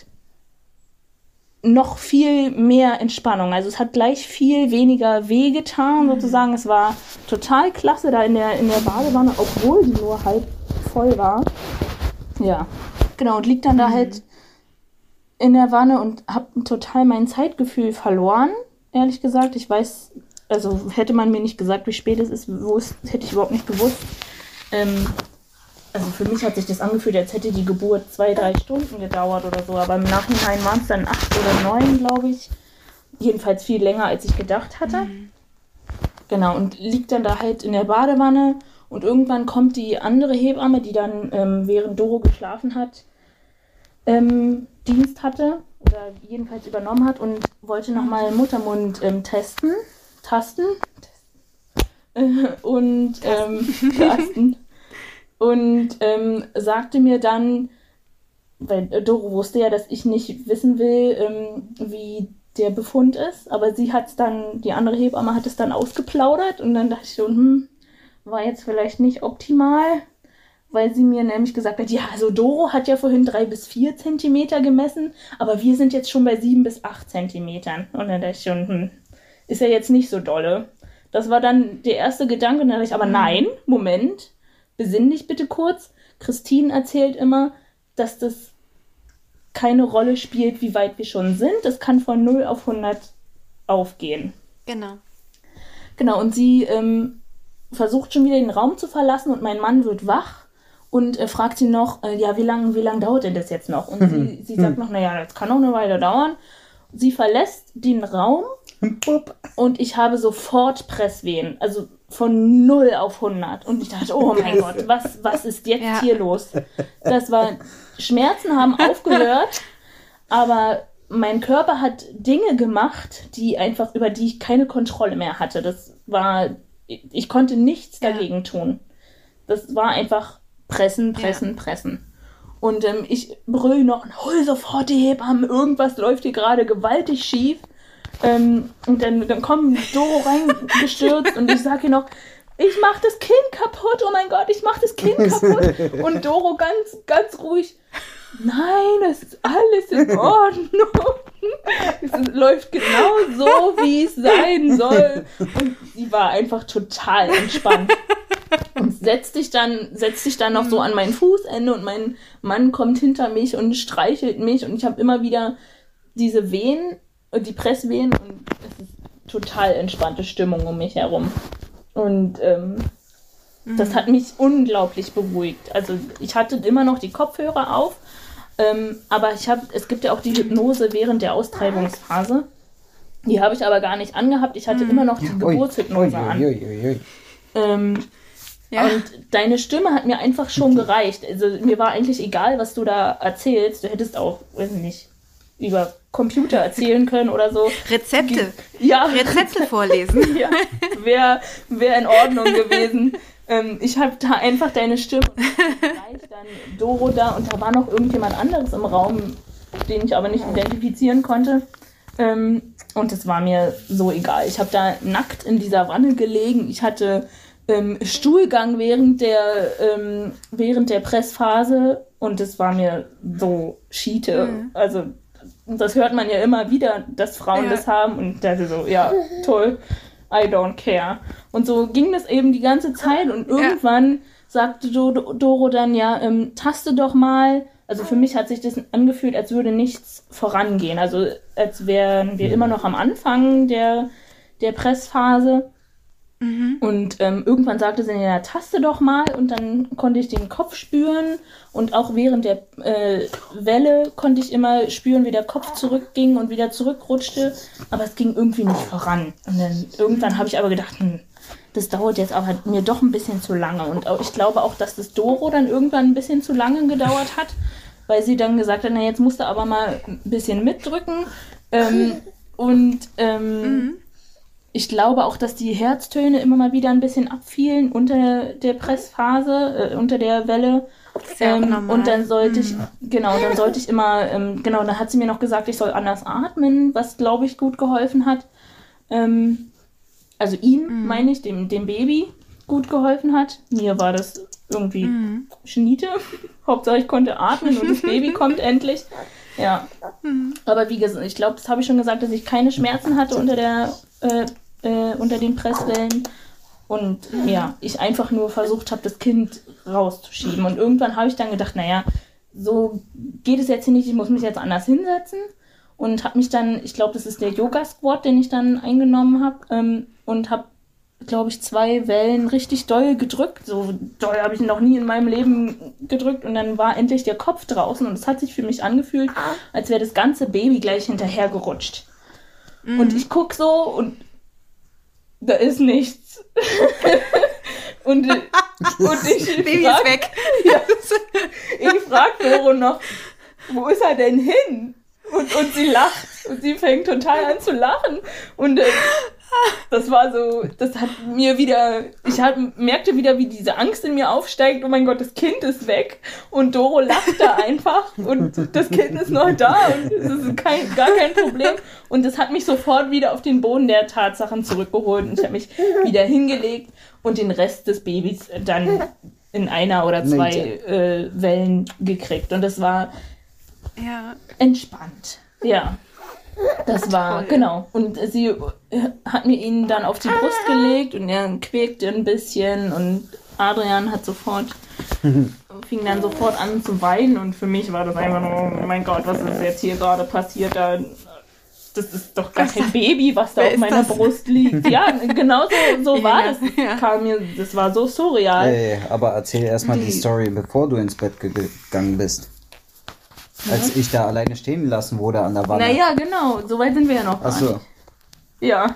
noch viel mehr Entspannung. Also es hat gleich viel weniger weh getan, sozusagen. Es war total klasse da in der, in der Badewanne, obwohl die nur halb voll war. Ja, genau. Und liegt dann da halt in der Wanne und habe total mein Zeitgefühl verloren, ehrlich gesagt. Ich weiß, also hätte man mir nicht gesagt, wie spät es ist, wo es, hätte ich überhaupt nicht gewusst. Ähm, Also für mich hat sich das angefühlt, als hätte die Geburt zwei, drei Stunden gedauert oder so. Aber im Nachhinein waren es dann acht oder neun, glaube ich. Jedenfalls viel länger, als ich gedacht hatte. Mhm. Genau, und liegt dann da halt in der Badewanne. Und irgendwann kommt die andere Hebamme, die dann, ähm, während Doro geschlafen hat, ähm, Dienst hatte. Oder jedenfalls übernommen hat und wollte nochmal Muttermund ähm, testen. Tasten. Äh, und ähm, tasten. Und ähm, sagte mir dann, weil Doro wusste ja, dass ich nicht wissen will, ähm, wie der Befund ist, aber sie hat es dann, die andere Hebamme hat es dann ausgeplaudert und dann dachte ich so, hm, war jetzt vielleicht nicht optimal, weil sie mir nämlich gesagt hat, ja, also Doro hat ja vorhin drei bis vier Zentimeter gemessen, aber wir sind jetzt schon bei sieben bis acht Zentimetern. Und dann dachte ich schon, hm, ist ja jetzt nicht so dolle. Das war dann der erste Gedanke und dann dachte ich, aber nein, Moment, besinn dich bitte kurz. Christine erzählt immer, dass das keine Rolle spielt, wie weit wir schon sind. Es kann von null auf hundert aufgehen. Genau. Genau, und sie ähm, versucht schon wieder den Raum zu verlassen und mein Mann wird wach und äh, fragt sie noch, äh, ja, wie lange wie lang dauert denn das jetzt noch? Und sie, sie sagt noch, naja, das kann auch eine Weile dauern. Sie verlässt den Raum und ich habe sofort Presswehen. Also von null auf hundert. Und ich dachte, oh mein Gott, was, was ist jetzt ja. hier los? Das war, Schmerzen haben aufgehört, aber mein Körper hat Dinge gemacht, die einfach, über die ich keine Kontrolle mehr hatte. Das war, ich konnte nichts ja. dagegen tun. Das war einfach pressen, pressen, ja. pressen. Und ähm, ich brülle noch, hol sofort die Hebammen, irgendwas läuft hier gerade gewaltig schief. Ähm, und dann, dann kommt Doro reingestürzt und ich sage ihr noch, ich mach das Kind kaputt, oh mein Gott, ich mach das Kind kaputt. Und Doro ganz, ganz ruhig, nein, es ist alles in Ordnung. Es läuft genau so, wie es sein soll. Und sie war einfach total entspannt. Und setzt sich dann, setzt sich dann noch so an mein Fußende und mein Mann kommt hinter mich und streichelt mich und ich habe immer wieder diese Wehen und die Presswehen und es ist total entspannte Stimmung um mich herum. Und ähm, mhm. das hat mich unglaublich beruhigt. Also ich hatte immer noch die Kopfhörer auf, ähm, aber ich habe, es gibt ja auch die Hypnose während der Austreibungsphase. Die habe ich aber gar nicht angehabt. Ich hatte hm. immer noch die Geburtshypnose an. Ui, ui, ui. Ähm, ja. Und deine Stimme hat mir einfach schon gereicht. Also mir war eigentlich egal, was du da erzählst. Du hättest auch, weiß nicht, über Computer erzählen können oder so. Rezepte. Ja. Rezepte vorlesen. Ja, wäre wär in Ordnung gewesen. Ähm, ich habe da einfach deine Stimme und gleich dann Doro da und da war noch irgendjemand anderes im Raum, den ich aber nicht identifizieren konnte. Ähm, und es war mir so egal. Ich habe da nackt in dieser Wanne gelegen. Ich hatte ähm, Stuhlgang während der, ähm, während der Pressphase und es war mir so Schiete. Mhm. Also das hört man ja immer wieder, dass Frauen ja. das haben und ich dachte so, ja, toll, I don't care. Und so ging das eben die ganze Zeit und irgendwann ja. sagte Do- Doro dann, ja, ähm, taste doch mal. Also für mich hat sich das angefühlt, als würde nichts vorangehen. Also als wären wir immer noch am Anfang der, der Pressphase. Mhm. Und ähm, irgendwann sagte sie, ja, taste doch mal. Und dann konnte ich den Kopf spüren. Und auch während der äh, Welle konnte ich immer spüren, wie der Kopf zurückging und wieder zurückrutschte. Aber es ging irgendwie nicht voran. Und dann irgendwann habe ich aber gedacht, hm, das dauert jetzt aber mir doch ein bisschen zu lange. Und auch, ich glaube auch, dass das Doro dann irgendwann ein bisschen zu lange gedauert hat, weil sie dann gesagt hat, na jetzt musst du aber mal ein bisschen mitdrücken. Ähm, und ähm, mhm. ich glaube auch, dass die Herztöne immer mal wieder ein bisschen abfielen unter der Pressphase, äh, unter der Welle. Ähm, und dann sollte ich, mhm. genau, dann sollte ich immer, ähm, genau, dann hat sie mir noch gesagt, ich soll anders atmen, was glaube ich gut geholfen hat. Ähm, Also ihm, mm. meine ich, dem, dem Baby gut geholfen hat. Mir war das irgendwie mm. Schniete. Hauptsache ich konnte atmen und das Baby kommt endlich. Ja. Mm. Aber wie gesagt, ich glaube, das habe ich schon gesagt, dass ich keine Schmerzen hatte unter der äh, äh, unter den Presswellen. Und ja, ich einfach nur versucht habe, das Kind rauszuschieben. Und irgendwann habe ich dann gedacht, naja, so geht es jetzt hier nicht, ich muss mich jetzt anders hinsetzen. Und habe mich dann, ich glaube, das ist der Yoga-Squat, den ich dann eingenommen habe, ähm, und habe, glaube ich, zwei Wellen richtig doll gedrückt. So doll habe ich noch nie in meinem Leben gedrückt. Und dann war endlich der Kopf draußen. Und es hat sich für mich angefühlt, als wäre das ganze Baby gleich hinterher gerutscht. Mhm. Und ich gucke so und da ist nichts. und, und ich Baby frag, ist weg. Ja, ich frage Doro noch, wo ist er denn hin? Und, und sie lacht und sie fängt total an zu lachen und äh, das war so, das hat mir wieder, ich hab, merkte wieder, wie diese Angst in mir aufsteigt, oh mein Gott, das Kind ist weg und Doro lacht da einfach und das Kind ist noch da und es ist kein, gar kein Problem und das hat mich sofort wieder auf den Boden der Tatsachen zurückgeholt und ich habe mich wieder hingelegt und den Rest des Babys dann in einer oder zwei äh, Wellen gekriegt und das war ja. entspannt. Ja, das war, toll. Genau. Und sie hat mir ihn dann auf die Brust gelegt und er quäkte ein bisschen und Adrian hat sofort, fing dann sofort an zu weinen und für mich war das einfach nur, oh mein Gott, was ist jetzt hier gerade passiert? Da, das ist doch gar kein Baby, was da Wer auf meiner das? Brust liegt. Ja, genau so, so war ja, das. Ja. Kam mir, das war so surreal. Hey, aber erzähl erstmal die, die Story, bevor du ins Bett gegangen bist. Als ich da alleine stehen gelassen wurde an der Wanne. Naja, genau. So weit sind wir ja noch. Ach so. Ja.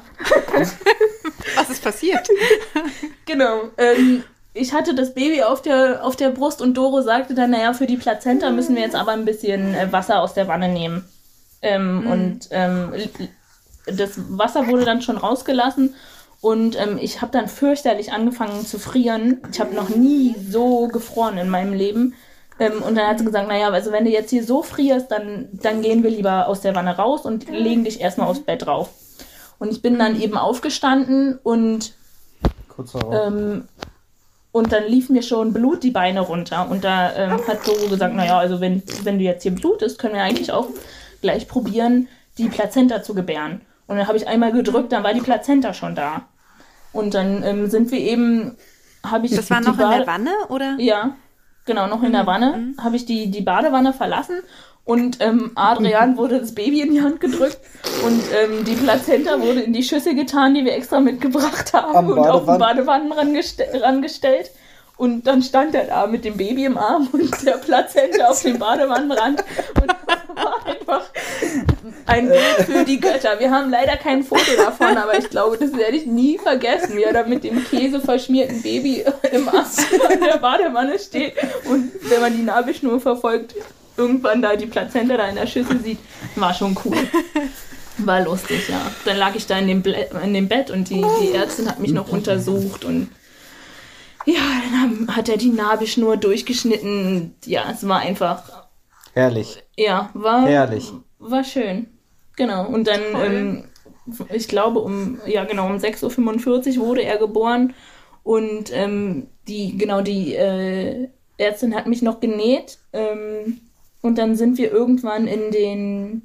Was ist passiert? Genau. Ähm, ich hatte das Baby auf der, auf der Brust und Doro sagte dann, naja, für die Plazenta müssen wir jetzt aber ein bisschen Wasser aus der Wanne nehmen. Ähm, mhm. Und ähm, das Wasser wurde dann schon rausgelassen und ähm, ich habe dann fürchterlich angefangen zu frieren. Ich habe noch nie so gefroren in meinem Leben. Ähm, und dann hat sie gesagt, naja, also wenn du jetzt hier so frierst, dann, dann gehen wir lieber aus der Wanne raus und legen dich erstmal aufs Bett drauf. Und ich bin dann eben aufgestanden und Kurz ähm, und dann lief mir schon Blut die Beine runter. Und da ähm, hat Doro gesagt, naja, also wenn, wenn du jetzt hier blutest, können wir eigentlich auch gleich probieren, die Plazenta zu gebären. Und dann habe ich einmal gedrückt, dann war die Plazenta schon da. Und dann ähm, sind wir eben, habe ich... Das war noch Bade- in der Wanne, oder? Ja. Genau, noch in der Wanne mhm. habe ich die, die Badewanne verlassen und ähm, Adrian wurde das Baby in die Hand gedrückt und ähm, die Plazenta wurde in die Schüssel getan, die wir extra mitgebracht haben Am und Badewann- auf den Badewannenrand geste- rangestellt. Und dann stand er da mit dem Baby im Arm und der Plazenta auf dem Badewannenrand und war einfach Ein Bild für die Götter. Wir haben leider kein Foto davon, aber ich glaube, das werde ich nie vergessen, wie er da mit dem Käse verschmierten Baby im Ast an der Badewanne steht und wenn man die Nabelschnur verfolgt, irgendwann da die Plazenta da in der Schüssel sieht. War schon cool. War lustig, ja. Dann lag ich da in dem, Ble- in dem Bett und die, die Ärztin hat mich noch untersucht und ja, dann haben, hat er die Nabelschnur durchgeschnitten. Ja, es war einfach... Herrlich. Ja, war... Herrlich. War schön. Genau. Und dann, ähm, ich glaube, um, ja genau, um sechs Uhr fünfundvierzig wurde er geboren und ähm, die, genau, die äh, Ärztin hat mich noch genäht ähm, und dann sind wir irgendwann in den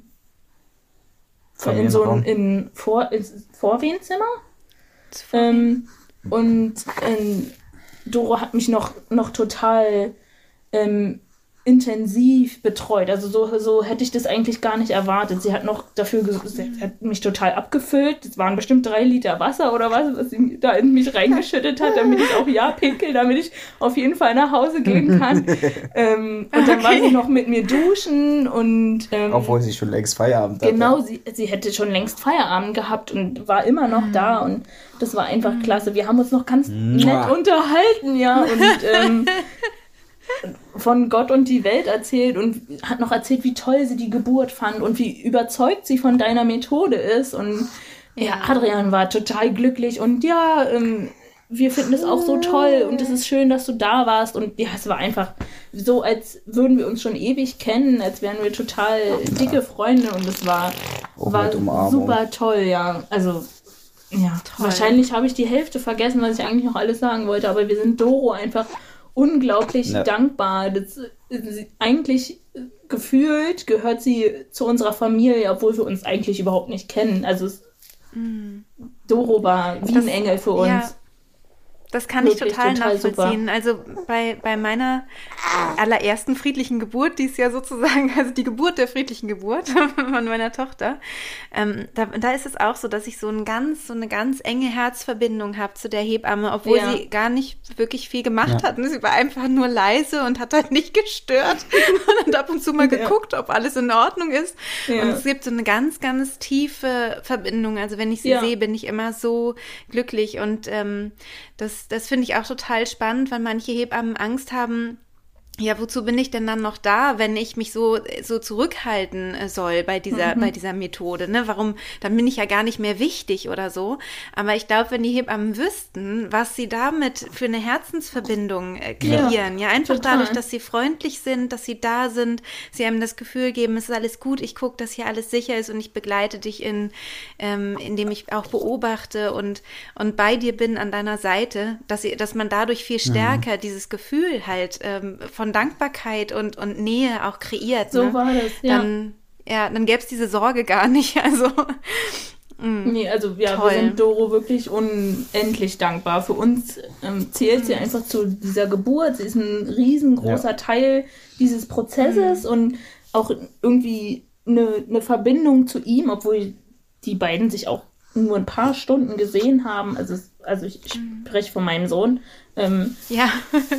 in so ein in Vor, ins Vorwehenzimmer ähm, und ähm, Doro hat mich noch, noch total ähm, intensiv betreut. Also so, so hätte ich das eigentlich gar nicht erwartet. Sie hat noch dafür, ges- sie hat mich total abgefüllt. Das waren bestimmt drei Liter Wasser oder was, was sie da in mich reingeschüttet hat, damit ich auch ja pinkel, damit ich auf jeden Fall nach Hause gehen kann. ähm, und dann Okay. war sie noch mit mir duschen und ähm, Obwohl sie schon längst Feierabend hatte. genau, sie, sie hätte schon längst Feierabend gehabt und war immer noch da und das war einfach klasse. Wir haben uns noch ganz nett unterhalten, ja, und ähm, von Gott und die Welt erzählt und hat noch erzählt, wie toll sie die Geburt fand und wie überzeugt sie von deiner Methode ist. Und ja, Ja. Adrian war total glücklich und ja, ähm, wir finden es auch so toll und es ist schön, dass du da warst. Und ja, es war einfach so, als würden wir uns schon ewig kennen, als wären wir total dicke Freunde und es war, Auch war mit Umarmung. super toll, ja. Also, ja, Toll. wahrscheinlich habe ich die Hälfte vergessen, was ich eigentlich noch alles sagen wollte, aber wir sind Doro einfach unglaublich Ja. dankbar. Das, sie, eigentlich äh, gefühlt gehört sie zu unserer Familie, obwohl wir uns eigentlich überhaupt nicht kennen. Also es, Doro war wie Das- ein Engel für uns. ja. Das kann ich Wirklich total, total nachvollziehen. Also bei, bei meiner allerersten friedlichen Geburt, die ist ja sozusagen, also die Geburt der friedlichen Geburt von meiner Tochter, ähm, da, da ist es auch so, dass ich so, ein ganz, so eine ganz enge Herzverbindung habe zu der Hebamme, obwohl Ja. sie gar nicht wirklich viel gemacht Ja. hat. Ne? Sie war einfach nur leise und hat halt nicht gestört und hat ab und zu mal Ja. geguckt, ob alles in Ordnung ist. Ja. Und es gibt so eine ganz, ganz tiefe Verbindung. Also wenn ich sie Ja. sehe, bin ich immer so glücklich und ähm, das Das finde ich auch total spannend, weil manche Hebammen Angst haben, ja, wozu bin ich denn dann noch da, wenn ich mich so, so zurückhalten äh, soll bei dieser, Mhm. bei dieser Methode, ne? Warum, dann bin ich ja gar nicht mehr wichtig oder so. Aber ich glaube, wenn die Hebammen wüssten, was sie damit für eine Herzensverbindung äh, kreieren, ja, einfach total. dadurch, dass sie freundlich sind, dass sie da sind, sie einem das Gefühl geben, es ist alles gut, ich gucke, dass hier alles sicher ist und ich begleite dich in, ähm, indem ich auch beobachte und, und bei dir bin an deiner Seite, dass, sie, dass man dadurch viel stärker dieses Gefühl halt ähm, von Dankbarkeit und, und Nähe auch kreiert. So ne? war das, ja. Dann, ja, dann gäbe es diese Sorge gar nicht. Also, Nee, also ja, Toll. wir sind Doro wirklich unendlich dankbar. Für uns ähm, zählt sie einfach zu dieser Geburt. Sie ist ein riesengroßer Ja. Teil dieses Prozesses und auch irgendwie eine, eine Verbindung zu ihm, obwohl die beiden sich auch nur ein paar Stunden gesehen haben. Also, es, also ich spreche von meinem Sohn. Ähm, ja,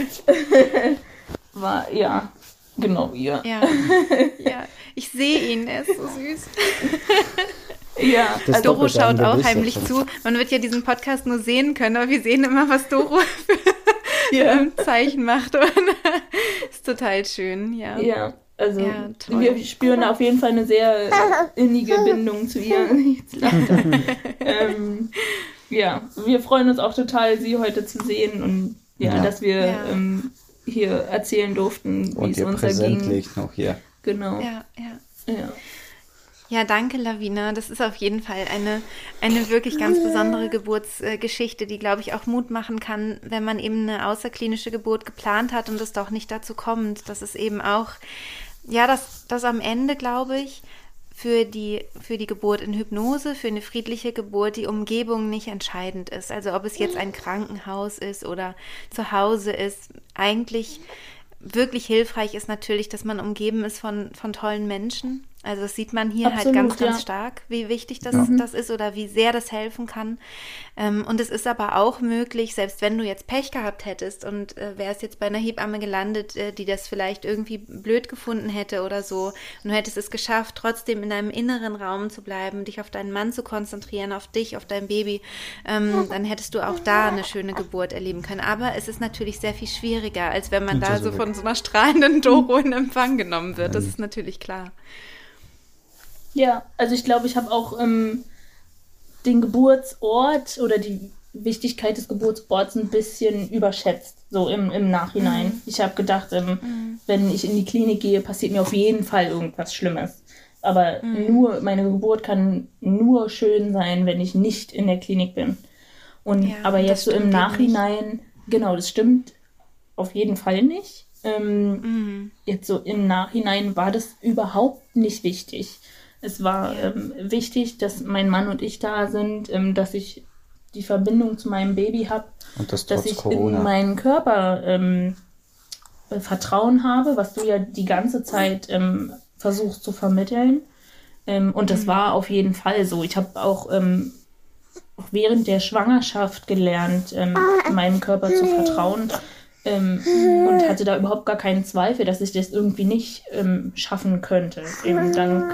war, ja, genau, ihr. ja, ja. Ich sehe ihn, er ist so süß. Ja, Das Doro Doppelte an schaut auch Gewicht heimlich davon. zu. Man wird ja diesen Podcast nur sehen können, aber wir sehen immer, was Doro für Ja. ähm, Zeichen macht. Und ist total schön, ja. Ja, also Ja, toll. wir spüren auf jeden Fall eine sehr innige Bindung zu ihr. Jetzt lacht er. ähm, ja, wir freuen uns auch total, sie heute zu sehen und ja, Ja. dass wir Ja. ähm, hier erzählen durften, wie Und es ihr uns Präsent erging. liegt noch hier. Genau. Ja, ja. Ja. Ja, danke, Lavina. Das ist auf jeden Fall eine, eine wirklich ganz besondere Geburtsgeschichte, die, glaube ich, auch Mut machen kann, wenn man eben eine außerklinische Geburt geplant hat und es doch nicht dazu kommt. Das ist eben auch, ja, dass das am Ende, glaube ich, für die, für die Geburt in Hypnose, für eine friedliche Geburt, die Umgebung nicht entscheidend ist. Also ob es jetzt ein Krankenhaus ist oder zu Hause ist, eigentlich wirklich hilfreich ist natürlich, dass man umgeben ist von, von tollen Menschen. Also das sieht man hier Absolut, halt ganz, ganz ja. stark, wie wichtig das, Ja. das ist oder wie sehr das helfen kann. Ähm, und es ist aber auch möglich, selbst wenn du jetzt Pech gehabt hättest und äh, wärst jetzt bei einer Hebamme gelandet, äh, die das vielleicht irgendwie blöd gefunden hätte oder so, und du hättest es geschafft, trotzdem in deinem inneren Raum zu bleiben, dich auf deinen Mann zu konzentrieren, auf dich, auf dein Baby, ähm, dann hättest du auch da eine schöne Geburt erleben können. Aber es ist natürlich sehr viel schwieriger, als wenn man Und da so so so von so einer strahlenden Doro in Empfang genommen wird. Das ist natürlich klar. Ja, also ich glaube, ich habe auch ähm, den Geburtsort oder die Wichtigkeit des Geburtsorts ein bisschen überschätzt, so im, im Nachhinein. Mhm. Ich habe gedacht, ähm, mhm. wenn ich in die Klinik gehe, passiert mir auf jeden Fall irgendwas Schlimmes. Aber mhm. nur meine Geburt kann nur schön sein, wenn ich nicht in der Klinik bin. Und ja, aber jetzt so im Nachhinein, nicht. Genau, das stimmt auf jeden Fall nicht. Ähm, Mhm. Jetzt so im Nachhinein war das überhaupt nicht wichtig. Es war Ja. ähm, wichtig, dass mein Mann und ich da sind, ähm, dass ich die Verbindung zu meinem Baby habe, Und das dass trotz ich Corona. in meinen Körper ähm, äh, Vertrauen habe, was du ja die ganze Zeit ähm, versuchst zu vermitteln. Ähm, und das Mhm. war auf jeden Fall so. Ich habe auch, ähm, auch während der Schwangerschaft gelernt, ähm, meinem Körper zu vertrauen. Ähm, und hatte da überhaupt gar keinen Zweifel, dass ich das irgendwie nicht ähm, schaffen könnte, eben dank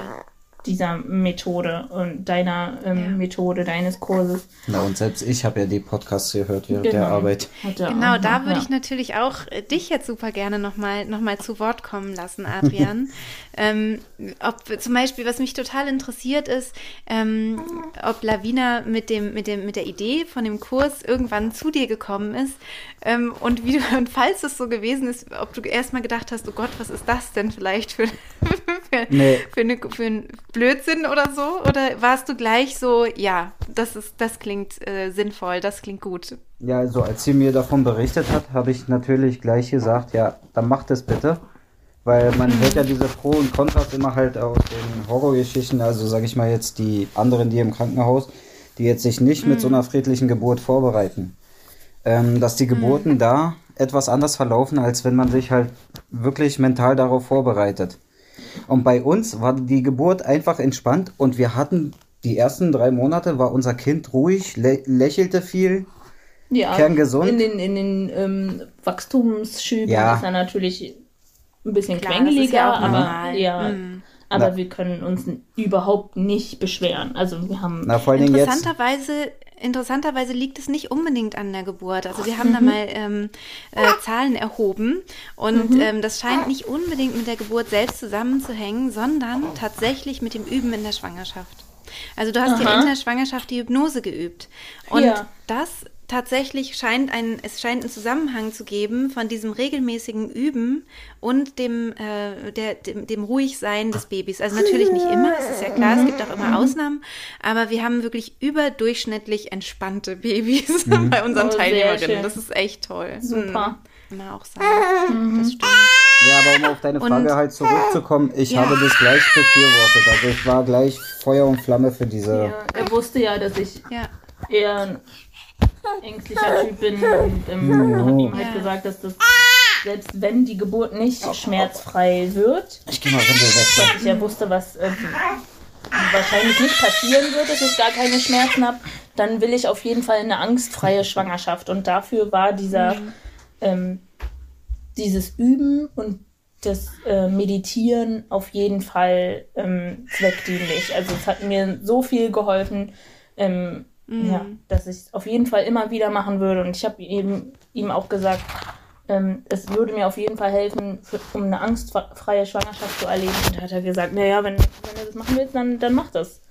dieser Methode und deiner ähm, Ja. Methode, deines Kurses. Na, und selbst ich habe ja die Podcasts gehört während Genau. der Arbeit. Hatte Genau, auch da noch, würde ja. ich natürlich auch äh, dich jetzt super gerne nochmal noch mal zu Wort kommen lassen, Adrian. ähm, ob zum Beispiel, was mich total interessiert ist, ähm, ob Lavina mit dem, mit dem, mit der Idee von dem Kurs irgendwann zu dir gekommen ist, ähm, und wie du, und falls es so gewesen ist, ob du erstmal gedacht hast, oh Gott, was ist das denn vielleicht für, für, Nee. für, eine, für einen Blödsinn oder so? Oder warst du gleich so, ja, das ist, das klingt äh, sinnvoll, das klingt gut. Ja, also als sie mir davon berichtet hat, habe ich natürlich gleich gesagt, ja, dann mach das bitte. Weil man hört ja diese Pro und Kontras immer halt aus den Horrorgeschichten, also sage ich mal jetzt die anderen, die im Krankenhaus, die jetzt sich nicht mit so einer friedlichen Geburt vorbereiten. Ähm, dass die Geburten da etwas anders verlaufen, als wenn man sich halt wirklich mental darauf vorbereitet. Und bei uns war die Geburt einfach entspannt und wir hatten die ersten drei Monate, war unser Kind ruhig, lä- lächelte viel, Ja, kerngesund. in den, in den ähm, Wachstumsschüben Ja. ist er natürlich ein bisschen Klar, das quengeliger, ist ja auch aber, normal. ja, Mhm. aber Na. wir können uns n- überhaupt nicht beschweren. Also wir haben Na, vor allen Dingen jetzt. Interessanterweise, interessanterweise liegt es nicht unbedingt an der Geburt. Also wir haben da mal ähm, äh, Zahlen erhoben und ähm, das scheint nicht unbedingt mit der Geburt selbst zusammenzuhängen, sondern tatsächlich mit dem Üben in der Schwangerschaft. Also du hast ja Aha. in der Schwangerschaft die Hypnose geübt und Ja. das tatsächlich scheint ein, es scheint einen Zusammenhang zu geben von diesem regelmäßigen Üben und dem, äh, der, dem, dem Ruhigsein des Babys. Also natürlich nicht immer, es ist ja klar, es gibt auch immer Ausnahmen, aber wir haben wirklich überdurchschnittlich entspannte Babys bei unseren Oh, sehr Teilnehmerinnen. schön. Das ist echt toll. Super. Hm. Kann man auch sagen. Das stimmt. Ja, aber um auf deine Frage Und- halt zurückzukommen, ich Ja. habe das gleich befürwortet. Also ich war gleich Feuer und Flamme für diese. ja, er wusste ja, dass ich Ja. eher ein ängstlicher Typ bin und ähm, habe ihm halt Ja. gesagt, dass das, selbst wenn die Geburt nicht schmerzfrei wird, Ich geh mal Windel weg. dass ich ja wusste, was ähm, wahrscheinlich nicht passieren wird, dass ich gar keine Schmerzen habe, dann will ich auf jeden Fall eine angstfreie Schwangerschaft. Und dafür war dieser ähm, dieses Üben und das äh, Meditieren auf jeden Fall ähm, zweckdienlich. Also es hat mir so viel geholfen, ähm, ja, dass ich es auf jeden Fall immer wieder machen würde. Und ich habe eben ihm auch gesagt, ähm, es würde mir auf jeden Fall helfen, für, um eine angstfreie Schwangerschaft zu erleben. Und da hat er gesagt, naja, wenn, wenn du das machen willst, dann, dann mach das.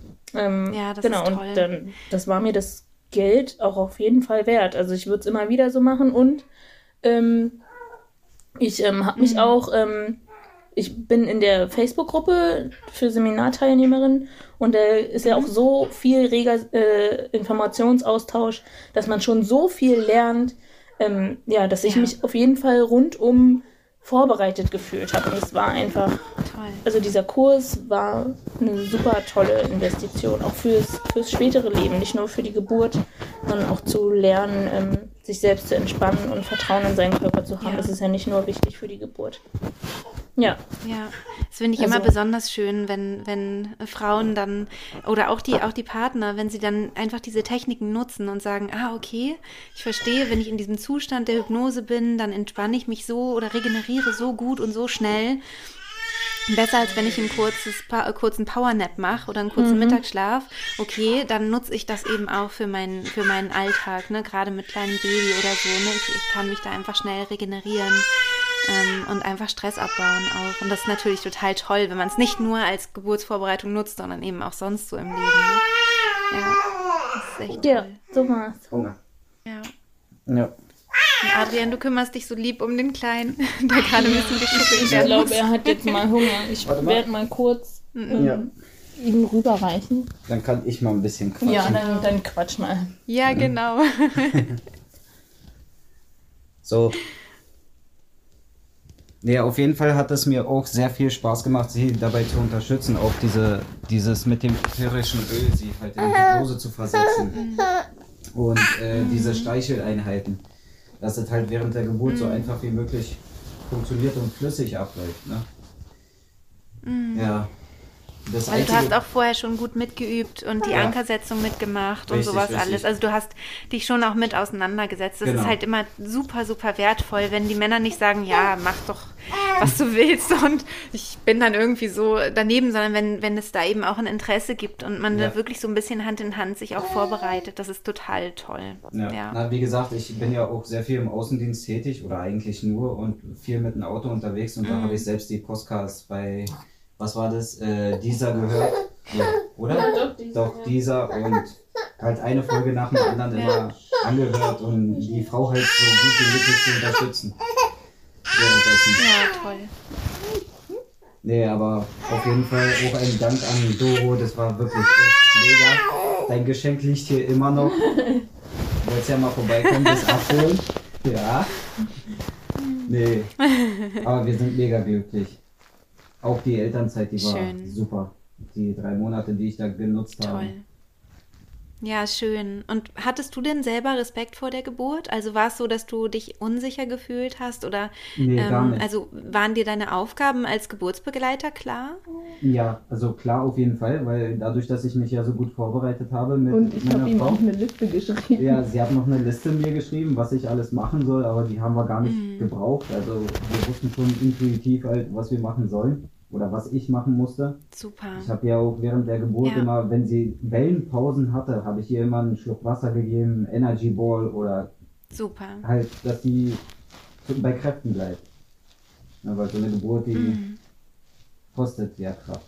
Ähm, Ja, das genau, ist toll. und dann, das war mir das Geld auch auf jeden Fall wert. Also ich würde es immer wieder so machen und ähm, ich ähm, habe mich auch, ähm, ich bin in der Facebook-Gruppe für Seminarteilnehmerinnen und da ist ja auch so viel reger äh, Informationsaustausch, dass man schon so viel lernt, ähm, ja, dass ich Ja. mich auf jeden Fall rundum vorbereitet gefühlt habe. Und es war einfach, Toll. also dieser Kurs war eine super tolle Investition, auch fürs, fürs spätere Leben, nicht nur für die Geburt, sondern auch zu lernen, ähm, sich selbst zu entspannen und Vertrauen in seinen Körper zu haben. Ja. Das ist ja nicht nur wichtig für die Geburt. Ja. Ja, das finde ich Also- immer besonders schön, wenn, wenn Frauen dann, oder auch die, auch die Partner, wenn sie dann einfach diese Techniken nutzen und sagen, ah, okay, ich verstehe, wenn ich in diesem Zustand der Hypnose bin, dann entspanne ich mich so oder regeneriere so gut und so schnell. Besser, als wenn ich ein kurzes, pa- kurzen Powernap mache oder einen kurzen Mittagsschlaf. Okay, dann nutze ich das eben auch für meinen, für meinen Alltag, ne? Gerade mit kleinem Baby oder so. Ne? Ich, ich kann mich da einfach schnell regenerieren ähm, und einfach Stress abbauen auch. Und das ist natürlich total toll, wenn man es nicht nur als Geburtsvorbereitung nutzt, sondern eben auch sonst so im Leben. Ne? Ja, das ist echt Ja, toll. so war's. Hunger. Ja. Ja. Und Adrian, du kümmerst dich so lieb um den Kleinen, der gerade ein bisschen geschuckelt Ich werden muss. glaube, er hat jetzt mal Hunger. Ich Warte mal. werde mal kurz ähm, Ja. ihm rüberreichen. Dann kann ich mal ein bisschen quatschen. Ja, dann, dann quatsch mal. Ja, genau. So. Nee, auf jeden Fall hat es mir auch sehr viel Spaß gemacht, sie dabei zu unterstützen, auch diese, dieses mit dem ätherischen Öl, sie halt in die Hypnose zu versetzen. Und äh, diese Streicheleinheiten, dass es halt während der Geburt so einfach wie möglich funktioniert und flüssig abläuft. Ne? Ja. Das Also du Einzige- hast auch vorher schon gut mitgeübt und die Ja. Ankersetzung mitgemacht und Richtig, sowas richtig. alles. Also du hast dich schon auch mit auseinandergesetzt. Das Genau. ist halt immer super, super wertvoll, wenn die Männer nicht sagen, ja, mach doch, was du willst und ich bin dann irgendwie so daneben, sondern wenn, wenn es da eben auch ein Interesse gibt und man Ja. da wirklich so ein bisschen Hand in Hand sich auch vorbereitet. Das ist total toll. Ja. Ja. Na, wie gesagt, ich bin ja auch sehr viel im Außendienst tätig oder eigentlich nur und viel mit dem Auto unterwegs und da habe ich selbst die Podcasts bei, was war das, äh, dieser gehört, ja, oder? Ja, doch, dieser, Doch, ja. dieser und halt eine Folge nach der anderen immer angehört und die Frau halt so gut wie möglich zu unterstützen. Währenddessen. Ja, toll. Nee, aber auf jeden Fall auch ein Dank an Doro, das war wirklich echt mega. Dein Geschenk liegt hier immer noch. Du wolltest ja mal vorbeikommen, das abholen. Ja. Nee, aber wir sind mega glücklich. Auch die Elternzeit, die war Schön. super. Die drei Monate, die ich da genutzt habe. Toll. Ja, schön. Und hattest du denn selber Respekt vor der Geburt? Also war es so, dass du dich unsicher gefühlt hast oder Nee, gar nicht. also waren dir deine Aufgaben als Geburtsbegleiter klar? Ja, also klar auf jeden Fall, weil dadurch, dass ich mich ja so gut vorbereitet habe mit Und ich meiner habe ihm Frau. auch eine Liste geschrieben. Ja, sie hat noch eine Liste mir geschrieben, was ich alles machen soll, aber die haben wir gar nicht gebraucht. Also wir wussten schon intuitiv halt, was wir machen sollen oder was ich machen musste. Super. Ich habe ja auch während der Geburt Ja. immer, wenn sie Wellenpausen hatte, habe ich ihr immer einen Schluck Wasser gegeben, Energy Ball oder Super. halt, dass sie bei Kräften bleibt. Ja, weil so eine Geburt, die Mhm. kostet ja Kraft.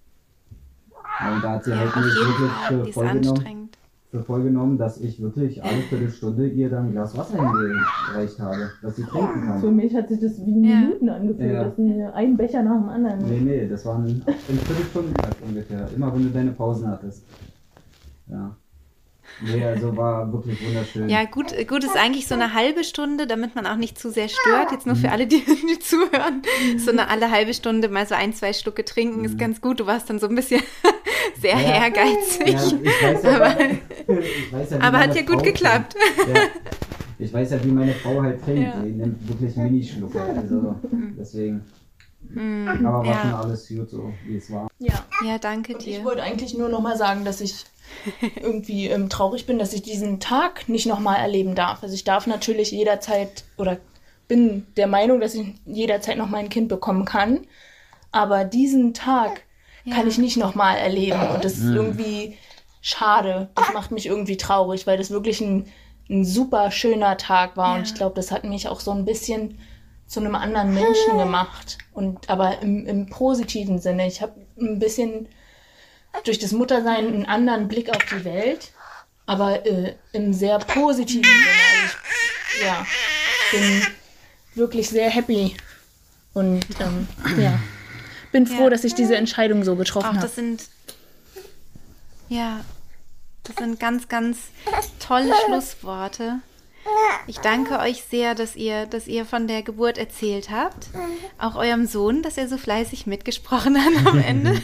Ja, und da hat sie Ja, halt auf mich jeden wirklich Fall. für Die ist voll genommen. anstrengend. für voll genommen, dass ich wirklich alle Viertelstunde ihr dann ein Glas Wasser hingereicht habe, dass sie trinken Für kann. mich hat sich das wie Ja. Minuten angefühlt. Ja. Das ist mir ein Becher nach dem anderen. Nee, nee, das waren in Viertelstundentakt ungefähr, immer wenn du deine Pausen hattest. Ja. Nee, also war wirklich wunderschön. Ja, gut, gut ist eigentlich so eine halbe Stunde, damit man auch nicht zu sehr stört. Jetzt nur für alle, die, die zuhören. So eine alle halbe Stunde mal so ein, zwei Schlucke trinken ist ganz gut. Du warst dann so ein bisschen sehr Ja. ehrgeizig. Ja, ich weiß ja, Aber- ich weiß ja, wie aber hat meine ja gut Frau geklappt. trinkt. Ja. Ich weiß ja, wie meine Frau halt trinkt. Ja. Die nimmt wirklich Minischlucke. Also deswegen. Aber war ja. schon alles gut so, wie es war. Ja. Ja, danke Und dir. ich wollte eigentlich nur nochmal sagen, dass ich irgendwie ähm, traurig bin, dass ich diesen Tag nicht nochmal erleben darf. Also ich darf natürlich jederzeit oder bin der Meinung, dass ich jederzeit noch mein Kind bekommen kann. Aber diesen Tag kann Ja. ich nicht nochmal erleben. Und das ist irgendwie schade. Das macht mich irgendwie traurig, weil das wirklich ein, ein super schöner Tag war. Ja. Und ich glaube, das hat mich auch so ein bisschen zu einem anderen Menschen gemacht. Und aber im, im positiven Sinne. Ich habe ein bisschen durch das Muttersein einen anderen Blick auf die Welt, aber äh, im sehr positiven Sinne. Also ich ja, bin wirklich sehr happy und ähm, ja, bin froh, Ja. dass ich diese Entscheidung so getroffen Auch habe. das sind, ja, das sind ganz, ganz tolle Schlussworte. Ich danke euch sehr, dass ihr, dass ihr von der Geburt erzählt habt. Auch eurem Sohn, dass er so fleißig mitgesprochen hat am Ende.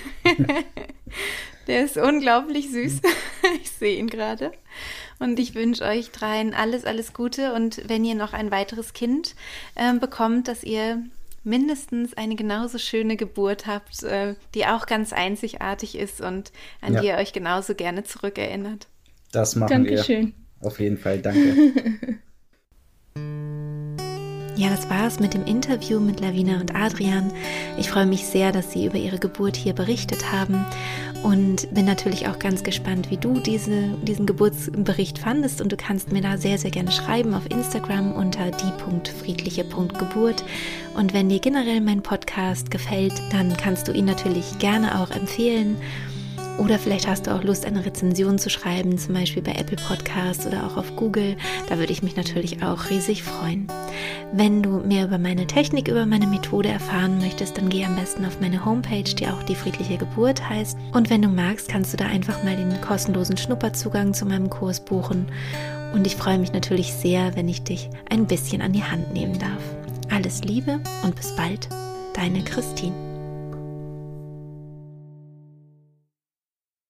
Der ist unglaublich süß. Ich sehe ihn gerade. Und ich wünsche euch dreien alles, alles Gute. Und wenn ihr noch ein weiteres Kind ähm, bekommt, dass ihr mindestens eine genauso schöne Geburt habt, äh, die auch ganz einzigartig ist und an Ja. die ihr euch genauso gerne zurückerinnert. Das machen Dankeschön. wir. Auf jeden Fall, danke. Ja, das war's mit dem Interview mit Lavina und Adrian. Ich freue mich sehr, dass sie über ihre Geburt hier berichtet haben und bin natürlich auch ganz gespannt, wie du diese, diesen Geburtsbericht fandest, und du kannst mir da sehr, sehr gerne schreiben auf Instagram unter die punkt friedliche punkt geburt. Und wenn dir generell mein Podcast gefällt, dann kannst du ihn natürlich gerne auch empfehlen. Oder vielleicht hast du auch Lust, eine Rezension zu schreiben, zum Beispiel bei Apple Podcasts oder auch auf Google. Da würde ich mich natürlich auch riesig freuen. Wenn du mehr über meine Technik, über meine Methode erfahren möchtest, dann geh am besten auf meine Homepage, die auch die friedliche Geburt heißt. Und wenn du magst, kannst du da einfach mal den kostenlosen Schnupperzugang zu meinem Kurs buchen. Und ich freue mich natürlich sehr, wenn ich dich ein bisschen an die Hand nehmen darf. Alles Liebe und bis bald, deine Christine.